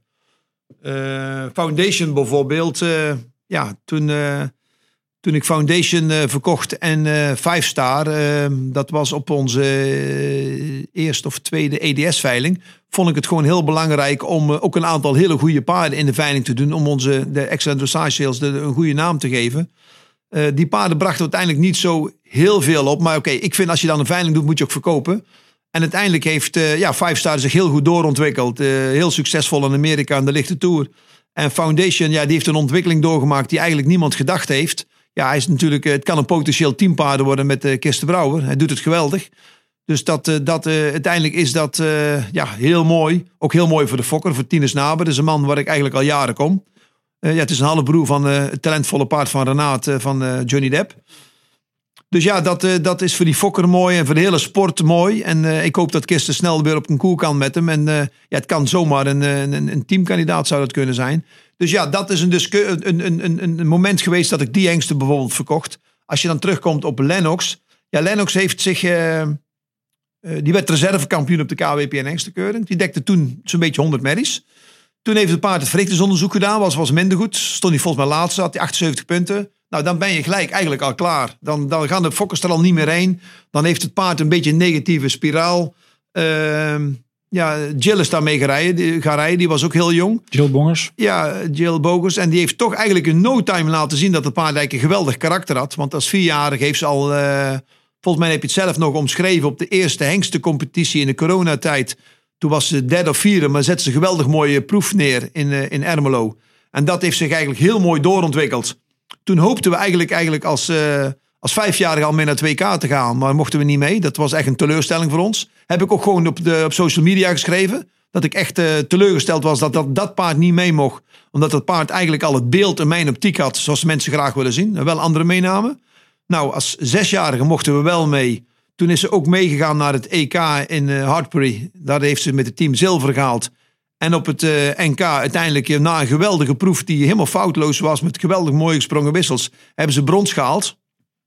Uh, Foundation bijvoorbeeld. Uh, ja, toen, uh, toen ik Foundation uh, verkocht en uh, Five Star. Uh, dat was op onze uh, eerste of tweede E D S-veiling. Vond ik het gewoon heel belangrijk om uh, ook een aantal hele goede paarden in de veiling te doen. Om onze de Excellent Dressage Sales de, een goede naam te geven. Uh, die paarden brachten uiteindelijk niet zo heel veel op. Maar oké, okay, ik vind als je dan een veiling doet, moet je ook verkopen. En uiteindelijk heeft uh, ja, Five Star zich heel goed doorontwikkeld. Uh, heel succesvol in Amerika aan de lichte tour. En Foundation, ja, die heeft een ontwikkeling doorgemaakt die eigenlijk niemand gedacht heeft. Ja, hij is natuurlijk, uh, het kan een potentieel teampaarden worden met uh, Kirsten Brouwer. Hij doet het geweldig. Dus dat, uh, dat uh, uiteindelijk is dat uh, ja, heel mooi. Ook heel mooi voor de fokker, voor Tinus Naber. Dat is een man waar ik eigenlijk al jaren kom. Uh, ja, het is een halfbroer van uh, het talentvolle paard van Renaat, uh, van uh, Johnny Depp. Dus ja, dat, uh, dat is voor die fokker mooi en voor de hele sport mooi. En uh, ik hoop dat Kirsten snel weer op een koer kan met hem. En uh, ja, het kan zomaar een, een, een teamkandidaat zou dat kunnen zijn. Dus ja, dat is een, discu- een, een, een, een moment geweest dat ik die hengsten bijvoorbeeld verkocht. Als je dan terugkomt op Lennox. Ja, Lennox heeft zich... Uh, uh, die werd reservekampioen op de K W P N hengstenkeuring. Die dekte toen zo'n beetje honderd merries. Toen heeft het paard het verrichtingsonderzoek gedaan. Was, was minder goed. Stond hij volgens mij laatste. Had hij achtenzeventig punten. Nou, dan ben je gelijk eigenlijk al klaar. Dan, dan gaan de fokkers er al niet meer heen. Dan heeft het paard een beetje een negatieve spiraal. Uh, ja, Jill is daarmee gaan rijden. Die, gaan rijden. Die was ook heel jong. Jill Bongers. Ja, Jill Bogers. En die heeft toch eigenlijk in no time laten zien dat het paard eigenlijk een geweldig karakter had. Want als vierjarig heeft ze al... Uh, volgens mij heb je het zelf nog omschreven op de eerste hengstencompetitie in de coronatijd. Toen was ze derde of vierde, maar zette ze een geweldig mooie proef neer in, uh, in Ermelo. En dat heeft zich eigenlijk heel mooi doorontwikkeld. Toen hoopten we eigenlijk, eigenlijk als, uh, als vijfjarige al mee naar het W K te gaan. Maar mochten we niet mee. Dat was echt een teleurstelling voor ons. Heb ik ook gewoon op, de, op social media geschreven. Dat ik echt uh, teleurgesteld was dat, dat dat paard niet mee mocht. Omdat dat paard eigenlijk al het beeld in mijn optiek had. Zoals mensen graag willen zien. En wel andere meenamen. Nou, als zesjarige mochten we wel mee. Toen is ze ook meegegaan naar het E K in uh, Hartpury. Daar heeft ze met het team zilver gehaald. En op het uh, N K uiteindelijk na een geweldige proef die helemaal foutloos was met geweldig mooie gesprongen wissels, hebben ze brons gehaald.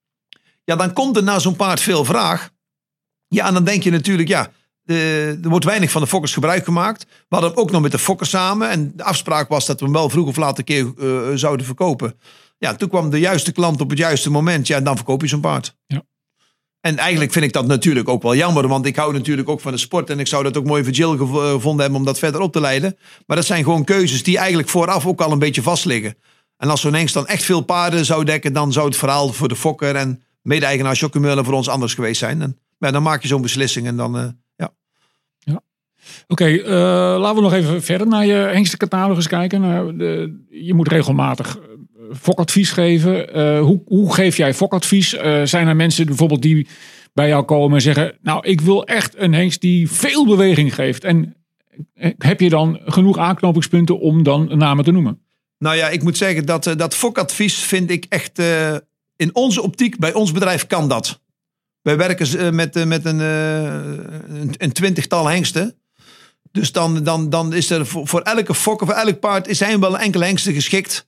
Ja, dan komt er na zo'n paard veel vraag. Ja, en dan denk je natuurlijk, ja, uh, er wordt weinig van de fokkers gebruik gemaakt. We hadden hem ook nog met de fokkers samen. En de afspraak was dat we hem wel vroeg of laat een keer uh, zouden verkopen. Ja, toen kwam de juiste klant op het juiste moment. Ja, en dan verkoop je zo'n paard. Ja. En eigenlijk vind ik dat natuurlijk ook wel jammer. Want ik hou natuurlijk ook van de sport. En ik zou dat ook mooi voor Jill gevonden hebben om dat verder op te leiden. Maar dat zijn gewoon keuzes die eigenlijk vooraf ook al een beetje vast liggen. En als zo'n hengst dan echt veel paarden zou dekken, dan zou het verhaal voor de fokker en mede-eigenaar Jocke voor ons anders geweest zijn. En ja, dan maak je zo'n beslissing en dan, uh, ja. Ja. Oké, okay, uh, laten we nog even verder naar je hengstencatalogus kijken. Uh, de, je moet regelmatig fokadvies geven. Uh, hoe, hoe geef jij fokadvies? Uh, zijn er mensen bijvoorbeeld die bij jou komen en zeggen, nou, ik wil echt een hengst die veel beweging geeft. En heb je dan genoeg aanknopingspunten om dan namen te noemen? Nou ja, ik moet zeggen dat uh, dat fokadvies vind ik echt uh, in onze optiek, bij ons bedrijf kan dat. Wij werken uh, met, uh, met een, uh, een, een twintigtal hengsten. Dus dan, dan, dan is er voor, voor elke fokker, voor elk paard is zijn wel een enkele hengsten geschikt.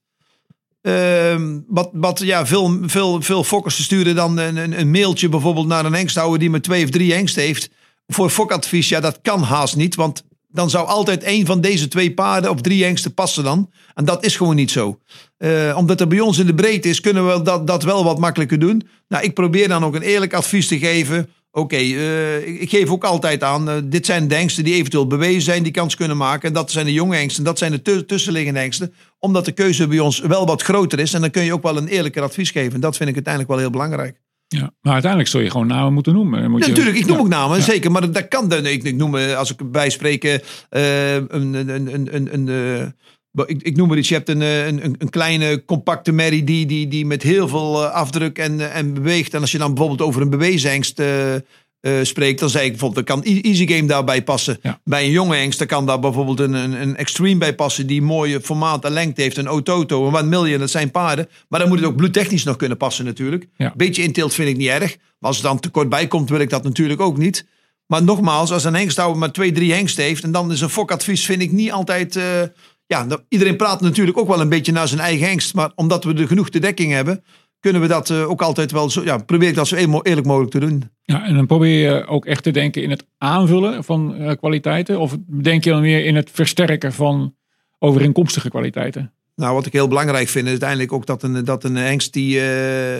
Uh, wat, wat ja, veel, veel, veel fokkers sturen dan een, een, een mailtje bijvoorbeeld naar een hengsthouder die maar twee of drie hengsten heeft. Voor fokadvies, ja, dat kan haast niet. Want dan zou altijd één van deze twee paarden of drie hengsten passen dan. En dat is gewoon niet zo. Uh, omdat er bij ons in de breedte is, kunnen we dat, dat wel wat makkelijker doen. Nou, ik probeer dan ook een eerlijk advies te geven. Oké, okay, uh, ik, ik geef ook altijd aan, uh, dit zijn de hengsten die eventueel bewezen zijn, die kans kunnen maken. En dat zijn de jonge hengsten, dat zijn de t- tussenliggende hengsten. Omdat de keuze bij ons wel wat groter is. En dan kun je ook wel een eerlijker advies geven. En dat vind ik uiteindelijk wel heel belangrijk. Ja, maar uiteindelijk zul je gewoon namen moeten noemen. Moet ja, je... Natuurlijk, ik noem ja. ook namen, ja. zeker. Maar dat kan, ik, ik noem, als ik bijspreken, uh, een, een, een, een, een uh, Ik, ik noem maar iets, je hebt een, een, een kleine compacte merrie die, die, die met heel veel afdruk en, en beweegt. En als je dan bijvoorbeeld over een bewezen hengst uh, uh, spreekt, dan zeg ik bijvoorbeeld, dan kan Easy Game daarbij passen. Ja. Bij een jonge hengst, dan kan daar bijvoorbeeld een, een, een Extreme bij passen die mooie formaat en lengte heeft. Een Ototo, een One Million, dat zijn paarden. Maar dan moet het ook bloedtechnisch nog kunnen passen natuurlijk. Ja. Beetje inteelt vind ik niet erg. Maar als het dan te kort bij komt, wil ik dat natuurlijk ook niet. Maar nogmaals, als een hengsthouwer maar twee, drie hengsten heeft, en dan is een fokadvies vind ik niet altijd... Uh, Ja, iedereen praat natuurlijk ook wel een beetje naar zijn eigen hengst. Maar omdat we er genoeg te dekking hebben, kunnen we dat uh, ook altijd wel zo. Ja, probeer ik dat zo eerlijk mogelijk te doen. Ja, en dan probeer je ook echt te denken in het aanvullen van uh, kwaliteiten. Of denk je dan meer in het versterken van overeenkomstige kwaliteiten? Nou, wat ik heel belangrijk vind is uiteindelijk ook dat een, dat een hengst die. Uh,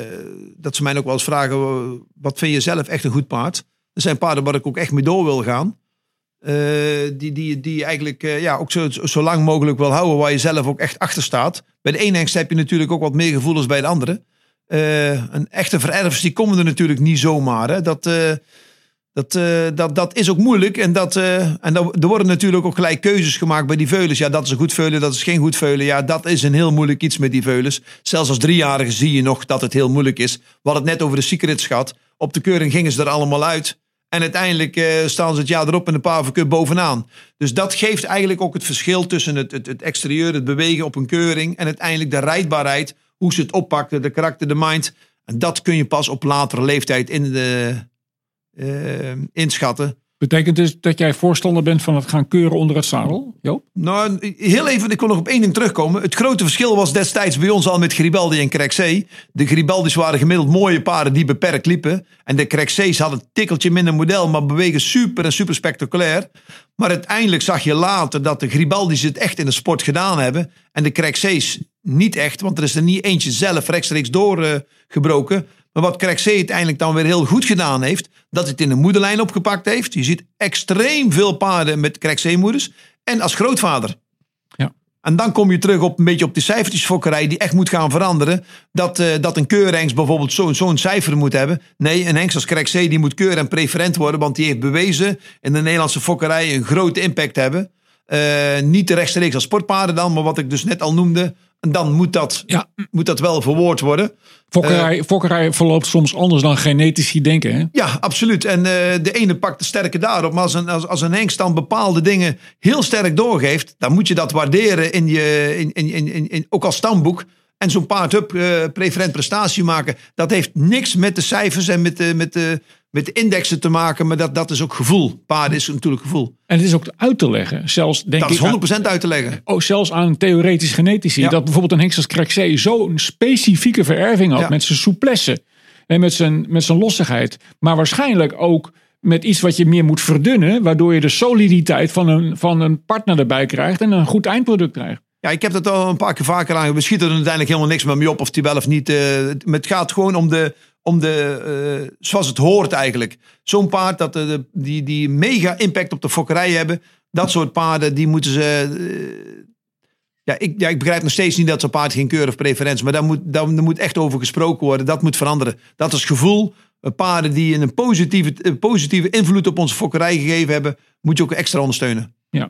dat ze mij ook wel eens vragen: wat vind je zelf echt een goed paard? Er zijn paarden waar ik ook echt mee door wil gaan. Uh, die, die, die eigenlijk uh, ja, ook zo, zo lang mogelijk wil houden, waar je zelf ook echt achter staat. Bij de ene hengst heb je natuurlijk ook wat meer gevoelens bij de andere. Uh, een echte verervers, die komen er natuurlijk niet zomaar. Hè. Dat, uh, dat, uh, dat, dat is ook moeilijk. En, dat, uh, en dat, er worden natuurlijk ook gelijk keuzes gemaakt bij die veulens. Ja, dat is een goed veulen, dat is geen goed veulen. Ja, dat is een heel moeilijk iets met die veulens. Zelfs als driejarige zie je nog dat het heel moeilijk is. We hadden het net over de Secrets gehad. Op de keuring gingen ze er allemaal uit. En uiteindelijk uh, staan ze het jaar erop in de Pava Cup bovenaan. Dus dat geeft eigenlijk ook het verschil tussen het, het, het exterieur, het bewegen op een keuring. En uiteindelijk de rijdbaarheid, hoe ze het oppakten, de karakter, de mind. En dat kun je pas op latere leeftijd in de, uh, inschatten. Betekent dus dat jij voorstander bent van het gaan keuren onder het zadel, Joop? Nou, heel even, ik wil nog op één ding terugkomen. Het grote verschil was destijds bij ons al met Garibaldi en Crexé. De Garibaldi's waren gemiddeld mooie paarden die beperkt liepen. En de Crexé's hadden een tikkeltje minder model, maar bewegen super en super spectaculair. Maar uiteindelijk zag je later dat de Garibaldi's het echt in de sport gedaan hebben. En de Crexé's niet echt, want er is er niet eentje zelf rechtstreeks doorgebroken. Uh, Maar wat Crexé uiteindelijk dan weer heel goed gedaan heeft, dat het in de moederlijn opgepakt heeft. Je ziet extreem veel paarden met Crexé-moeders. En als grootvader. Ja. En dan kom je terug op een beetje op die cijfertjesfokkerij die echt moet gaan veranderen. Dat, uh, dat een keurhengst bijvoorbeeld zo, zo'n cijfer moet hebben. Nee, een hengst als Crexé die moet keur en preferent worden. Want die heeft bewezen in de Nederlandse fokkerij een grote impact hebben. Uh, niet rechtstreeks als sportpaarden dan, maar wat ik dus net al noemde. En dan moet dat, ja. moet dat wel verwoord worden. Fokkerij, uh, fokkerij verloopt soms anders dan genetici denken. Hè? Ja, absoluut. En uh, de ene pakt de sterke daarop. Maar als een, als, als een hengst dan bepaalde dingen heel sterk doorgeeft, dan moet je dat waarderen in je, in, in, in, in, in, ook als stamboek. En zo'n paard up, uh, preferent prestatie maken. Dat heeft niks met de cijfers en met de, met de, met de indexen te maken. Maar dat, dat is ook gevoel. Paarden is natuurlijk gevoel. En het is ook uit te leggen. Zelfs, denk dat is honderd procent aan, uit te leggen. Oh, zelfs aan theoretisch genetici. Ja. Dat bijvoorbeeld een hengst als Crexé zo'n specifieke vererving had. Ja. Met zijn souplesse. En met zijn, met zijn lossigheid. Maar waarschijnlijk ook met iets wat je meer moet verdunnen. Waardoor je de soliditeit van een, van een partner erbij krijgt. En een goed eindproduct krijgt. Ja, ik heb dat al een paar keer vaker aan. We schieten er uiteindelijk helemaal niks met me op of die wel of niet. Uh, het gaat gewoon om de, om de uh, zoals het hoort eigenlijk. Zo'n paard dat uh, die, die mega impact op de fokkerij hebben. Dat soort paarden, die moeten ze. Uh, ja, ik, ja, ik begrijp nog steeds niet dat zo'n paard geen keur of preferentie. Maar daar moet, daar, daar moet echt over gesproken worden. Dat moet veranderen. Dat is gevoel. Uh, paarden die een positieve, uh, positieve invloed op onze fokkerij gegeven hebben, moet je ook extra ondersteunen. Ja.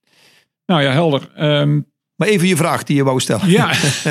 Nou ja, helder. Um... Maar even je vraag die je wou stellen. Ja.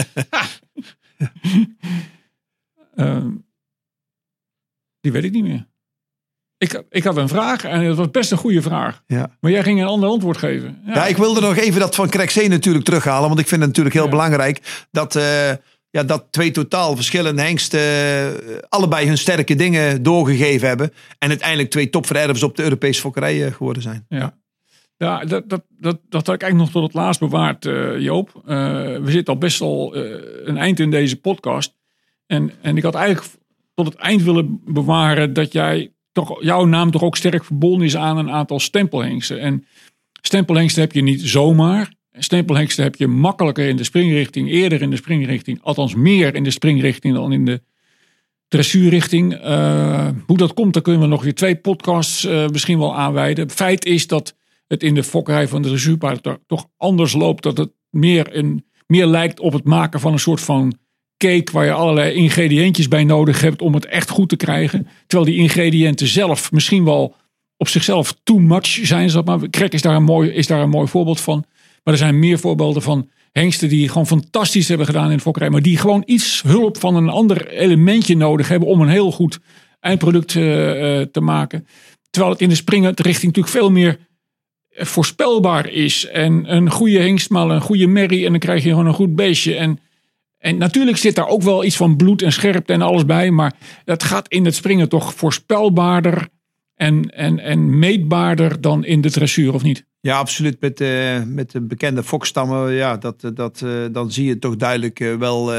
uh, die weet ik niet meer. Ik, ik had een vraag en het was best een goede vraag. Ja. Maar jij ging een ander antwoord geven. Ja, ja ik wilde nog even dat van Crexé natuurlijk terughalen. Want ik vind het natuurlijk heel ja. belangrijk dat, uh, ja, dat twee totaal verschillende hengsten uh, allebei hun sterke dingen doorgegeven hebben. En uiteindelijk twee topverervers op de Europese fokkerij uh, geworden zijn. Ja. Ja, dat, dat, dat, dat had ik eigenlijk nog tot het laatst bewaard, uh, Joop. Uh, we zitten al best al uh, een eind in deze podcast. En, en ik had eigenlijk tot het eind willen bewaren dat jij toch, jouw naam toch ook sterk verbonden is aan een aantal stempelhengsten. En stempelhengsten heb je niet zomaar. Stempelhengsten heb je makkelijker in de springrichting, eerder in de springrichting. Althans meer in de springrichting dan in de dressuurrichting. Uh, hoe dat komt, daar kunnen we nog weer twee podcasts uh, misschien wel aanwijden. Feit is dat het in de fokkerij van de dressuurpaarden toch anders loopt. Dat het meer, een, meer lijkt op het maken van een soort van cake waar je allerlei ingrediëntjes bij nodig hebt om het echt goed te krijgen. Terwijl die ingrediënten zelf misschien wel op zichzelf too much zijn. Maar Krek is daar, een mooi, is daar een mooi voorbeeld van. Maar er zijn meer voorbeelden van hengsten die gewoon fantastisch hebben gedaan in de fokkerij. Maar die gewoon iets hulp van een ander elementje nodig hebben om een heel goed eindproduct uh, uh, te maken. Terwijl het in de springerrichting natuurlijk veel meer voorspelbaar is. En een goede hengst, maar een goede merrie en dan krijg je gewoon een goed beestje. En, en natuurlijk zit daar ook wel iets van bloed en scherpte en alles bij. Maar dat gaat in het springen toch voorspelbaarder en, en, en meetbaarder dan in de dressuur, of niet? Ja, absoluut. Met, uh, met de bekende fokstammen, ja, dat, dat, uh, dan zie je toch duidelijk uh, wel uh,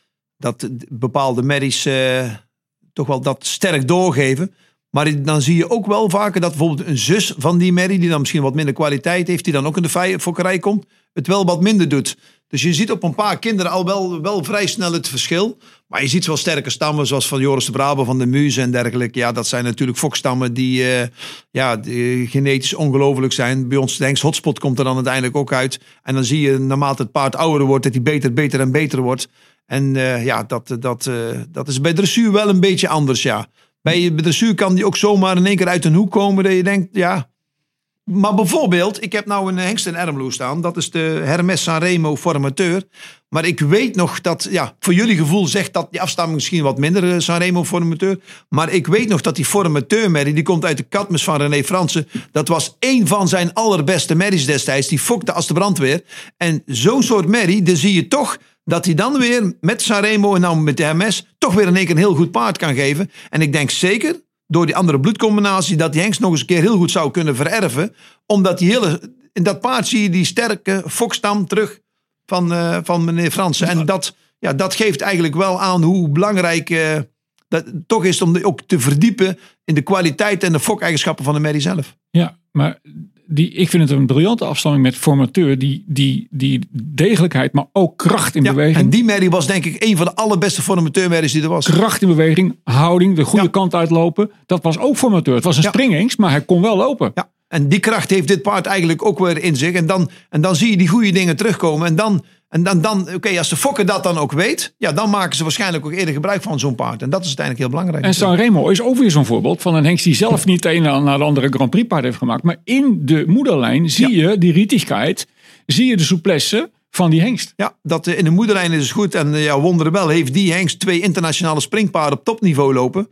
dat bepaalde merries uh, toch wel dat sterk doorgeven. Maar dan zie je ook wel vaker dat bijvoorbeeld een zus van die merrie, die dan misschien wat minder kwaliteit heeft, die dan ook in de fokkerij komt, het wel wat minder doet. Dus je ziet op een paar kinderen al wel, wel vrij snel het verschil. Maar je ziet wel sterke stammen, zoals van Joris de Braber, van de Muze en dergelijke. Ja, dat zijn natuurlijk fokstammen die, uh, ja, die genetisch ongelooflijk zijn. Bij ons de Hengst Hotspot komt er dan uiteindelijk ook uit. En dan zie je, naarmate het paard ouder wordt, dat hij beter, beter en beter wordt. En uh, ja, dat, dat, uh, dat is bij dressuur wel een beetje anders, ja. Bij dressuur kan die ook zomaar in één keer uit een hoek komen dat je denkt, ja. Maar bijvoorbeeld, ik heb nou een hengst in Ermelo staan. Dat is de Hermes Sanremo Formateur. Maar ik weet nog dat, ja, voor jullie gevoel zegt dat die afstamming misschien wat minder Sanremo Formateur. Maar ik weet nog dat die Formateur merrie, die komt uit de Cadmus van René Fransen. Dat was één van zijn allerbeste merries destijds. Die fokte als de brandweer. En zo'n soort merrie, dan zie je toch dat hij dan weer met Sanremo en nou met de Hermes toch weer in één keer een heel goed paard kan geven. En ik denk zeker, door die andere bloedcombinatie, dat die hengst nog eens een keer heel goed zou kunnen vererven. Omdat die hele, in dat paard zie je die sterke fokstam terug van, uh, van meneer Fransen. En dat, ja, dat geeft eigenlijk wel aan hoe belangrijk uh, dat toch is om de, ook te verdiepen in de kwaliteit en de fokeigenschappen van de merrie zelf. Ja, maar die, ik vind het een briljante afstamming met formateur. Die, die, die degelijkheid, maar ook kracht in ja, beweging. En die merrie was denk ik een van de allerbeste formateurmerries die er was. Kracht in beweging, houding, de goede ja. kant uitlopen. Dat was ook formateur. Het was een ja. springengst, maar hij kon wel lopen. Ja. En die kracht heeft dit paard eigenlijk ook weer in zich. En dan, en dan zie je die goede dingen terugkomen. En dan, en dan, dan oké, okay, als de fokker dat dan ook weet, ja, dan maken ze waarschijnlijk ook eerder gebruik van zo'n paard. En dat is uiteindelijk heel belangrijk. En Sanremo is ook weer zo'n voorbeeld van een hengst die zelf niet de ene naar de andere Grand Prix paard heeft gemaakt. Maar in de moederlijn zie ja. je die rietigheid, zie je de souplesse van die hengst. Ja, dat in de moederlijn is het goed. En ja, wonderwel heeft die hengst twee internationale springpaarden op topniveau lopen.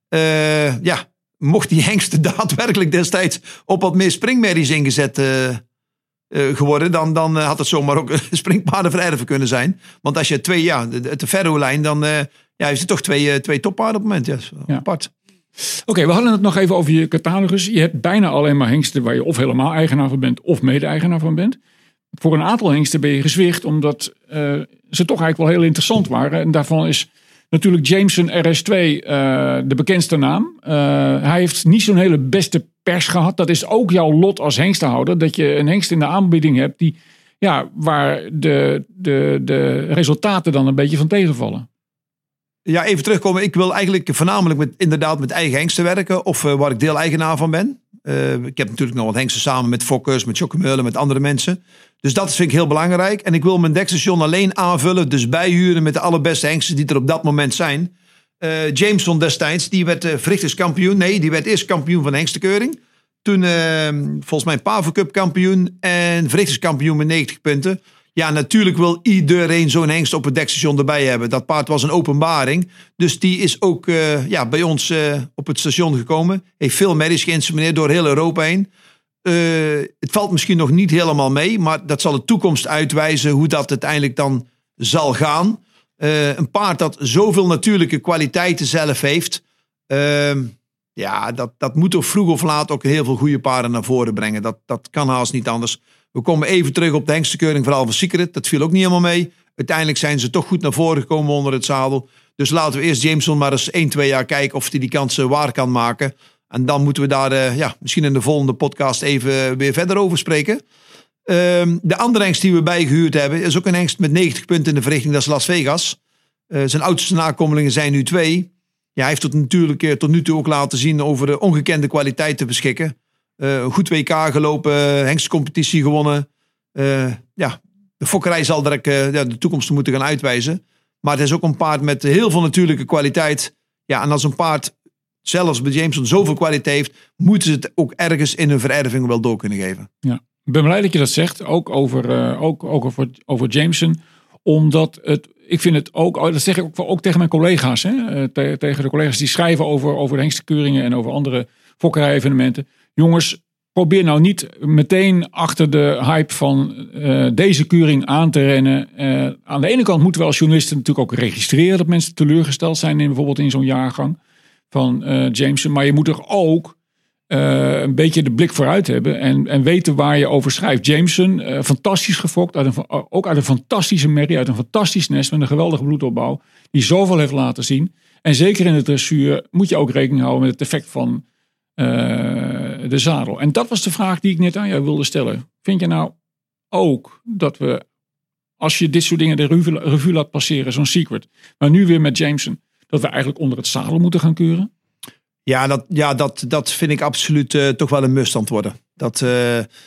Uh, ja. Mocht die hengst daadwerkelijk destijds op wat meer springmerries ingezet uh, uh, geworden, dan, dan uh, had het zomaar ook springpaarden vererven kunnen zijn. Want als je twee, ja, de, de Ferro-lijn, dan uh, ja, heeft het toch twee, uh, twee toppaarden op het moment. Ja, ja. Apart. Oké, okay, we hadden het nog even over je catalogus. Je hebt bijna alleen maar hengsten waar je of helemaal eigenaar van bent of mede-eigenaar van bent. Voor een aantal hengsten ben je gezwicht, omdat uh, ze toch eigenlijk wel heel interessant waren. En daarvan is natuurlijk Jameson R S twee uh, de bekendste naam. Uh, hij heeft niet zo'n hele beste pers gehad. Dat is ook jouw lot als hengstenhouder. Dat je een hengst in de aanbieding hebt die, ja, waar de, de, de resultaten dan een beetje van tegenvallen. Ja, even terugkomen. Ik wil eigenlijk voornamelijk met, inderdaad met eigen hengsten werken. Of uh, waar ik deel-eigenaar van ben. Uh, ik heb natuurlijk nog wat hengsten samen met fokkers, met Jocke met andere mensen. Dus dat vind ik heel belangrijk. En ik wil mijn dekstation alleen aanvullen. Dus bijhuren met de allerbeste hengsten die er op dat moment zijn. Uh, Jameson destijds, die werd uh, verrichtingskampioen. Nee, die werd eerst kampioen van de hengstenkeuring. Toen uh, volgens mij Pavo Cup kampioen. En verrichtingskampioen met negentig punten. Ja, natuurlijk wil iedereen zo'n hengst op het dekstation erbij hebben. Dat paard was een openbaring. Dus die is ook uh, ja, bij ons uh, op het station gekomen. Heeft veel merries geïnsemineerd door heel Europa heen. Uh, het valt misschien nog niet helemaal mee. Maar dat zal de toekomst uitwijzen hoe dat uiteindelijk dan zal gaan. Uh, een paard dat zoveel natuurlijke kwaliteiten zelf heeft. Uh, ja, dat, dat moet toch vroeg of laat ook heel veel goede paarden naar voren brengen. Dat, dat kan haast niet anders. We komen even terug op de hengstenkeuring, vooral van Secret. Dat viel ook niet helemaal mee. Uiteindelijk zijn ze toch goed naar voren gekomen onder het zadel. Dus laten we eerst Jameson maar eens één, twee jaar kijken of hij die kansen waar kan maken. En dan moeten we daar uh, ja, misschien in de volgende podcast even weer verder over spreken. Um, de andere hengst die we bijgehuurd hebben is ook een hengst met negentig punten in de verrichting. Dat is Las Vegas. Uh, zijn oudste nakomelingen zijn nu twee. Ja, hij heeft het natuurlijk uh, tot nu toe ook laten zien over uh, ongekende kwaliteit te beschikken. Uh, goed W K gelopen, uh, hengstcompetitie gewonnen. Uh, ja, de fokkerij zal direct uh, ja, de toekomst moeten gaan uitwijzen. Maar het is ook een paard met heel veel natuurlijke kwaliteit. Ja, en als een paard zelfs bij Jameson zoveel kwaliteit heeft, moeten ze het ook ergens in hun vererving wel door kunnen geven. Ja, ik ben blij dat je dat zegt, ook over, uh, ook, ook over, over Jameson. Omdat het, ik vind het ook, dat zeg ik ook, ook tegen mijn collega's. Hè, te, tegen de collega's die schrijven over, over de hengstekeuringen en over andere fokkerij-evenementen. Jongens, probeer nou niet meteen achter de hype van uh, deze keuring aan te rennen. Uh, aan de ene kant moeten we als journalisten natuurlijk ook registreren dat mensen teleurgesteld zijn in bijvoorbeeld in zo'n jaargang van uh, Jameson. Maar je moet er ook uh, een beetje de blik vooruit hebben en, en weten waar je over schrijft. Jameson, uh, fantastisch gefokt, uit een, ook uit een fantastische merrie, uit een fantastisch nest met een geweldige bloedopbouw, die zoveel heeft laten zien. En zeker in de dressuur moet je ook rekening houden met het effect van Uh, de zadel. En dat was de vraag die ik net aan jou wilde stellen. Vind je nou ook dat we, als je dit soort dingen de revue, revue laat passeren, zo'n Secret, maar nu weer met Jameson, dat we eigenlijk onder het zadel moeten gaan keuren? Ja, dat, ja, dat, dat vind ik absoluut uh, toch wel een must antwoorden. Dat, uh,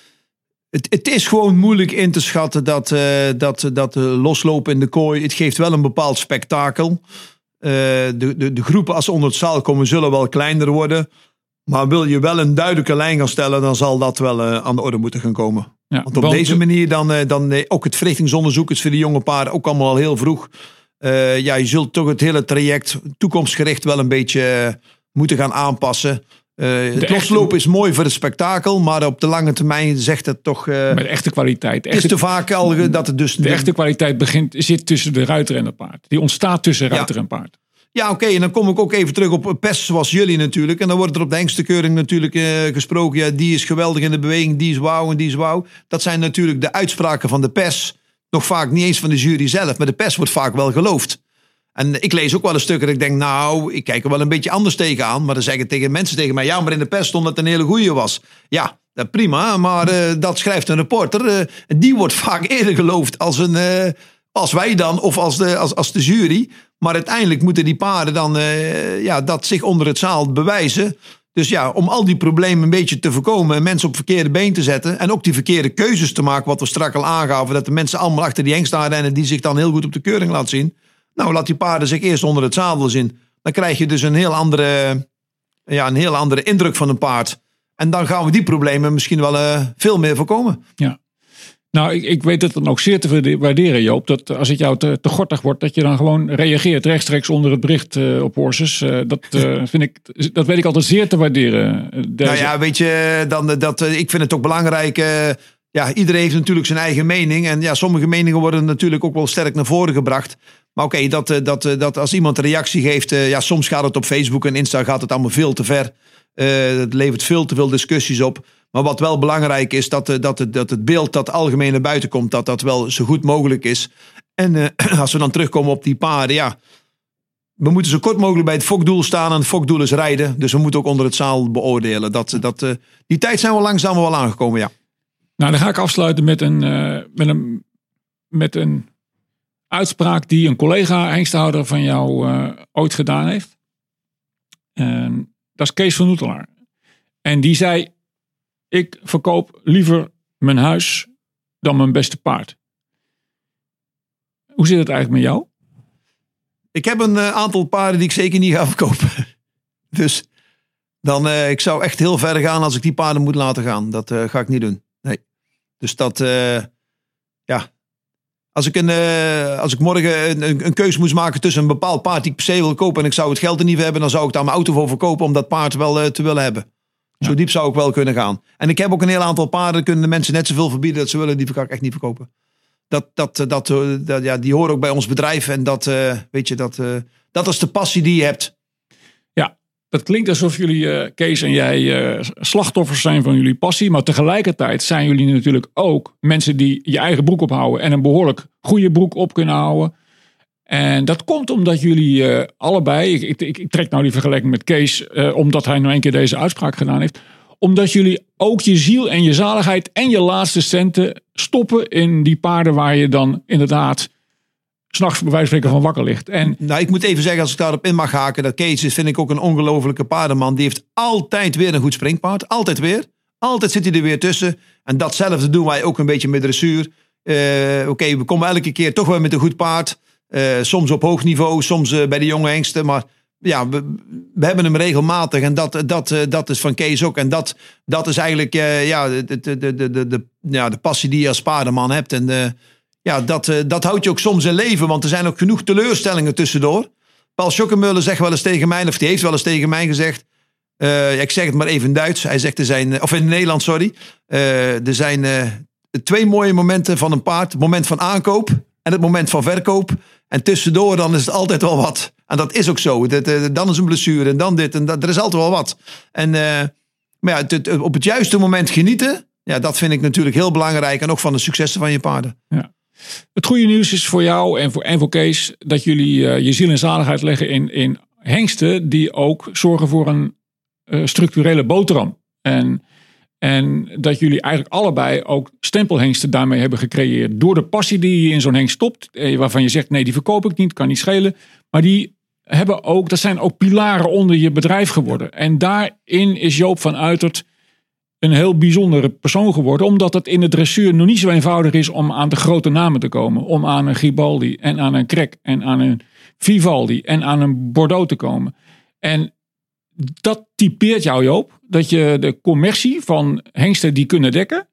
het, het is gewoon moeilijk in te schatten dat, uh, dat, dat uh, loslopen in de kooi, het geeft wel een bepaald spektakel. Uh, de, de, de groepen als ze onder het zadel komen zullen wel kleiner worden. Maar wil je wel een duidelijke lijn gaan stellen, dan zal dat wel uh, aan de orde moeten gaan komen. Ja, want op want deze manier dan, uh, dan uh, ook het verrichtingsonderzoek is voor de jonge paarden ook allemaal al heel vroeg. Uh, ja, je zult toch het hele traject toekomstgericht wel een beetje uh, moeten gaan aanpassen. Uh, het echte... loslopen is mooi voor het spektakel, maar op de lange termijn zegt het toch... Uh, met echte kwaliteit. Het is te vaak al dat het dus... De, de echte kwaliteit begint, zit tussen de ruiter en het paard. Die ontstaat tussen ruiter ja. en paard. Ja, oké. Okay. En dan kom ik ook even terug op P E S zoals jullie natuurlijk. En dan wordt er op de hengstekeuring natuurlijk uh, gesproken. Ja, die is geweldig in de beweging. Die is wauw en die is wauw. Dat zijn natuurlijk de uitspraken van de P E S. Nog vaak niet eens van de jury zelf. Maar de P E S wordt vaak wel geloofd. En ik lees ook wel een stuk en ik denk, nou, ik kijk er wel een beetje anders tegenaan. Maar dan zeggen tegen mensen tegen mij, ja, maar in de P E S stond dat het een hele goeie was. Ja, prima. Maar uh, dat schrijft een reporter. Uh, die wordt vaak eerder geloofd als een... Uh, als wij dan, of als de, als, als de jury. Maar uiteindelijk moeten die paarden dan uh, ja, dat zich onder het zaal bewijzen. Dus ja, om al die problemen een beetje te voorkomen en mensen op verkeerde been te zetten. En ook die verkeerde keuzes te maken, wat we straks al aangaven. Dat de mensen allemaal achter die hengst aan rennen die zich dan heel goed op de keuring laten zien. Nou, laat die paarden zich eerst onder het zadel zien. Dan krijg je dus een heel andere, ja, een heel andere indruk van een paard. En dan gaan we die problemen misschien wel uh, veel meer voorkomen. Ja. Nou, ik, ik weet het dan ook zeer te waarderen, Joop. Dat als het jou te, te gortig wordt, dat je dan gewoon reageert rechtstreeks onder het bericht uh, op Horses. Uh, dat, uh, vind ik, dat weet ik altijd zeer te waarderen. Deze... Nou ja, weet je, dan, dat, ik vind het ook belangrijk. Uh, ja, iedereen heeft natuurlijk zijn eigen mening. En ja, sommige meningen worden natuurlijk ook wel sterk naar voren gebracht. Maar oké, okay, dat, dat, dat als iemand een reactie geeft. Uh, ja, soms gaat het op Facebook en Insta gaat het allemaal veel te ver. Uh, het levert veel te veel discussies op. Maar wat wel belangrijk is, dat, dat, dat het beeld dat algemeen naar buiten komt, dat dat wel zo goed mogelijk is. En uh, als we dan terugkomen op die paarden, ja. We moeten zo kort mogelijk bij het fokdoel staan en het fokdoel is rijden. Dus we moeten ook onder het zaal beoordelen. Dat, dat, uh, die tijd zijn we langzaam wel aangekomen, ja. Nou, dan ga ik afsluiten met een, uh, met een, met een uitspraak die een collega hengsthouder van jou uh, ooit gedaan heeft. Uh, dat is Kees van Noetelaar. En die zei, ik verkoop liever mijn huis dan mijn beste paard. Hoe zit het eigenlijk met jou? Ik heb een uh, aantal paarden die ik zeker niet ga verkopen. Dus dan, uh, ik zou echt heel ver gaan als ik die paarden moet laten gaan. Dat uh, ga ik niet doen. Nee. Dus dat, uh, ja. Als ik, een, uh, als ik morgen een, een keuze moest maken tussen een bepaald paard die ik per se wil kopen en ik zou het geld er niet voor hebben, dan zou ik daar mijn auto voor verkopen om dat paard wel uh, te willen hebben. Ja. Zo diep zou ik wel kunnen gaan. En ik heb ook een heel aantal paarden, kunnen de mensen net zoveel verbieden dat ze willen, die kan ik echt niet verkopen. Dat, dat, dat, dat, ja, die horen ook bij ons bedrijf en dat, uh, weet je, dat, uh, dat is de passie die je hebt. Ja, dat klinkt alsof jullie, uh, Kees en jij, uh, slachtoffers zijn van jullie passie. Maar tegelijkertijd zijn jullie natuurlijk ook mensen die je eigen broek ophouden en een behoorlijk goede broek op kunnen houden. En dat komt omdat jullie uh, allebei, ik, ik, ik trek nou die vergelijking met Kees, uh, omdat hij nou een keer deze uitspraak gedaan heeft. Omdat jullie ook je ziel en je zaligheid en je laatste centen stoppen in die paarden waar je dan inderdaad s'nachts bij wijze van spreken van wakker ligt. En, nou, ik moet even zeggen, als ik daarop in mag haken, dat Kees is, vind ik ook een ongelofelijke paardenman. Die heeft altijd weer een goed springpaard. Altijd weer. Altijd zit hij er weer tussen. En datzelfde doen wij ook een beetje met dressuur. Uh, Oké, okay, we komen elke keer toch wel met een goed paard. Uh, soms op hoog niveau, soms uh, bij de jonge hengsten. Maar ja, we, we hebben hem regelmatig. En dat, dat, uh, dat is van Kees ook. En dat, dat is eigenlijk uh, ja, de, de, de, de, de, de, ja, de passie die je als paardenman hebt. En uh, ja, dat, uh, dat houdt je ook soms in leven. Want er zijn ook genoeg teleurstellingen tussendoor. Paul Schokkenmeulen zegt wel eens tegen mij, of die heeft wel eens tegen mij gezegd. Uh, ik zeg het maar even in Duits. Hij zegt er zijn, of in Nederland, sorry. Uh, er zijn uh, twee mooie momenten van een paard. Het moment van aankoop en het moment van verkoop. En tussendoor dan is het altijd wel wat. En dat is ook zo. Dat, uh, dan is een blessure en dan dit en dat. Er is altijd wel wat. En uh, maar ja, het, het, op het juiste moment genieten. Ja, dat vind ik natuurlijk heel belangrijk. En ook van de successen van je paarden. Ja. Het goede nieuws is voor jou en voor, en voor Kees. Dat jullie uh, je ziel en zaligheid leggen in, in hengsten. Die ook zorgen voor een uh, structurele boterham. En... En dat jullie eigenlijk allebei ook stempelhengsten daarmee hebben gecreëerd. Door de passie die je in zo'n hengst stopt. Waarvan je zegt, nee, die verkoop ik niet, kan niet schelen. Maar die hebben ook, dat zijn ook pilaren onder je bedrijf geworden. En daarin is Joop van Uitert een heel bijzondere persoon geworden. Omdat het in de dressuur nog niet zo eenvoudig is om aan de grote namen te komen. Om aan een Gribaldi en aan een Krek en aan een Vivaldi en aan een Bordeaux te komen. En dat typeert jou, Joop. Dat je de commercie van hengsten die kunnen dekken.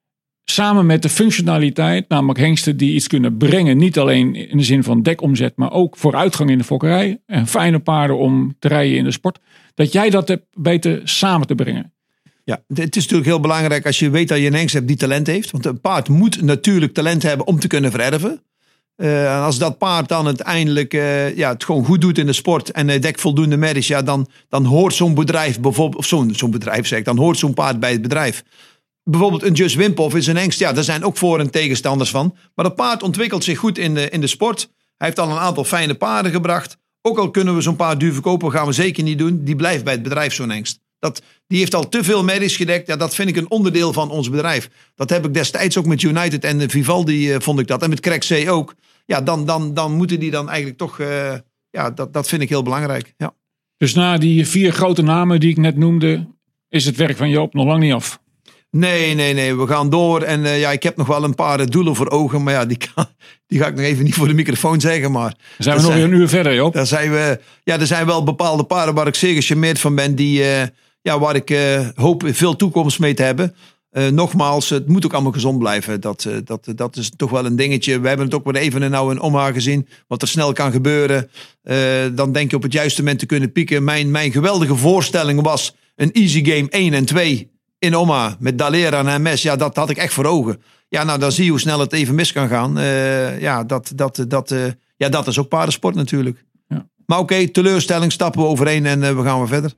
Samen met de functionaliteit. Namelijk hengsten die iets kunnen brengen. Niet alleen in de zin van dekomzet. Maar ook vooruitgang in de fokkerij. En fijne paarden om te rijden in de sport. Dat jij dat hebt weten samen te brengen. Ja, het is natuurlijk heel belangrijk als je weet dat je een hengst hebt die talent heeft. Want een paard moet natuurlijk talent hebben om te kunnen vererven. Uh, als dat paard dan uiteindelijk uh, ja, het gewoon goed doet in de sport en uh, dekt voldoende merries, ja, dan, dan hoort zo'n bedrijf bijvoorbeeld, of zo'n, zo'n bedrijf zeg ik, dan hoort zo'n paard bij het bedrijf. Bijvoorbeeld een Just Wimphoff is een hengst, ja, daar zijn ook voor- en tegenstanders van. Maar dat paard ontwikkelt zich goed in de, in de sport. Hij heeft al een aantal fijne paarden gebracht. Ook al kunnen we zo'n paard duur verkopen, gaan we zeker niet doen. Die blijft bij het bedrijf, zo'n hengst. Dat, die heeft al te veel merries gedekt. Ja, dat vind ik een onderdeel van ons bedrijf. Dat heb ik destijds ook met United en de Vivaldi uh, vond ik dat. En met Krek C ook. Ja, dan, dan, dan moeten die dan eigenlijk toch... Uh, ja, dat, dat vind ik heel belangrijk. Ja. Dus na die vier grote namen die ik net noemde, is het werk van Joop nog lang niet af? Nee, nee, nee. We gaan door. En uh, ja, ik heb nog wel een paar doelen voor ogen. Maar ja, die, kan, die ga ik nog even niet voor de microfoon zeggen. Maar dan zijn we nog weer een uur verder, Joop. Daar zijn we, ja, er zijn wel bepaalde paarden waar ik zeer gecharmeerd van ben. Die, uh, ja, waar ik uh, hoop veel toekomst mee te hebben. Uh, nogmaals, het moet ook allemaal gezond blijven. Dat, uh, dat, dat is toch wel een dingetje. We hebben het ook weer even en nou in Omha gezien. Wat er snel kan gebeuren. Uh, dan denk je op het juiste moment te kunnen pieken. Mijn, mijn geweldige voorstelling was een easy game één en twee in Omha. Met Dalera en M S. Ja, dat had ik echt voor ogen. Ja, nou dan zie je hoe snel het even mis kan gaan. Uh, ja, dat, dat, dat, uh, ja, dat is ook paardensport natuurlijk. Ja. Maar oké, okay, teleurstelling stappen we overheen en uh, we gaan weer verder.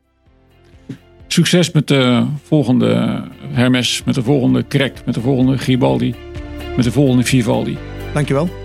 Succes met de volgende Hermes, met de volgende Krek, met de volgende Gribaldi, met de volgende Vivaldi. Dankjewel.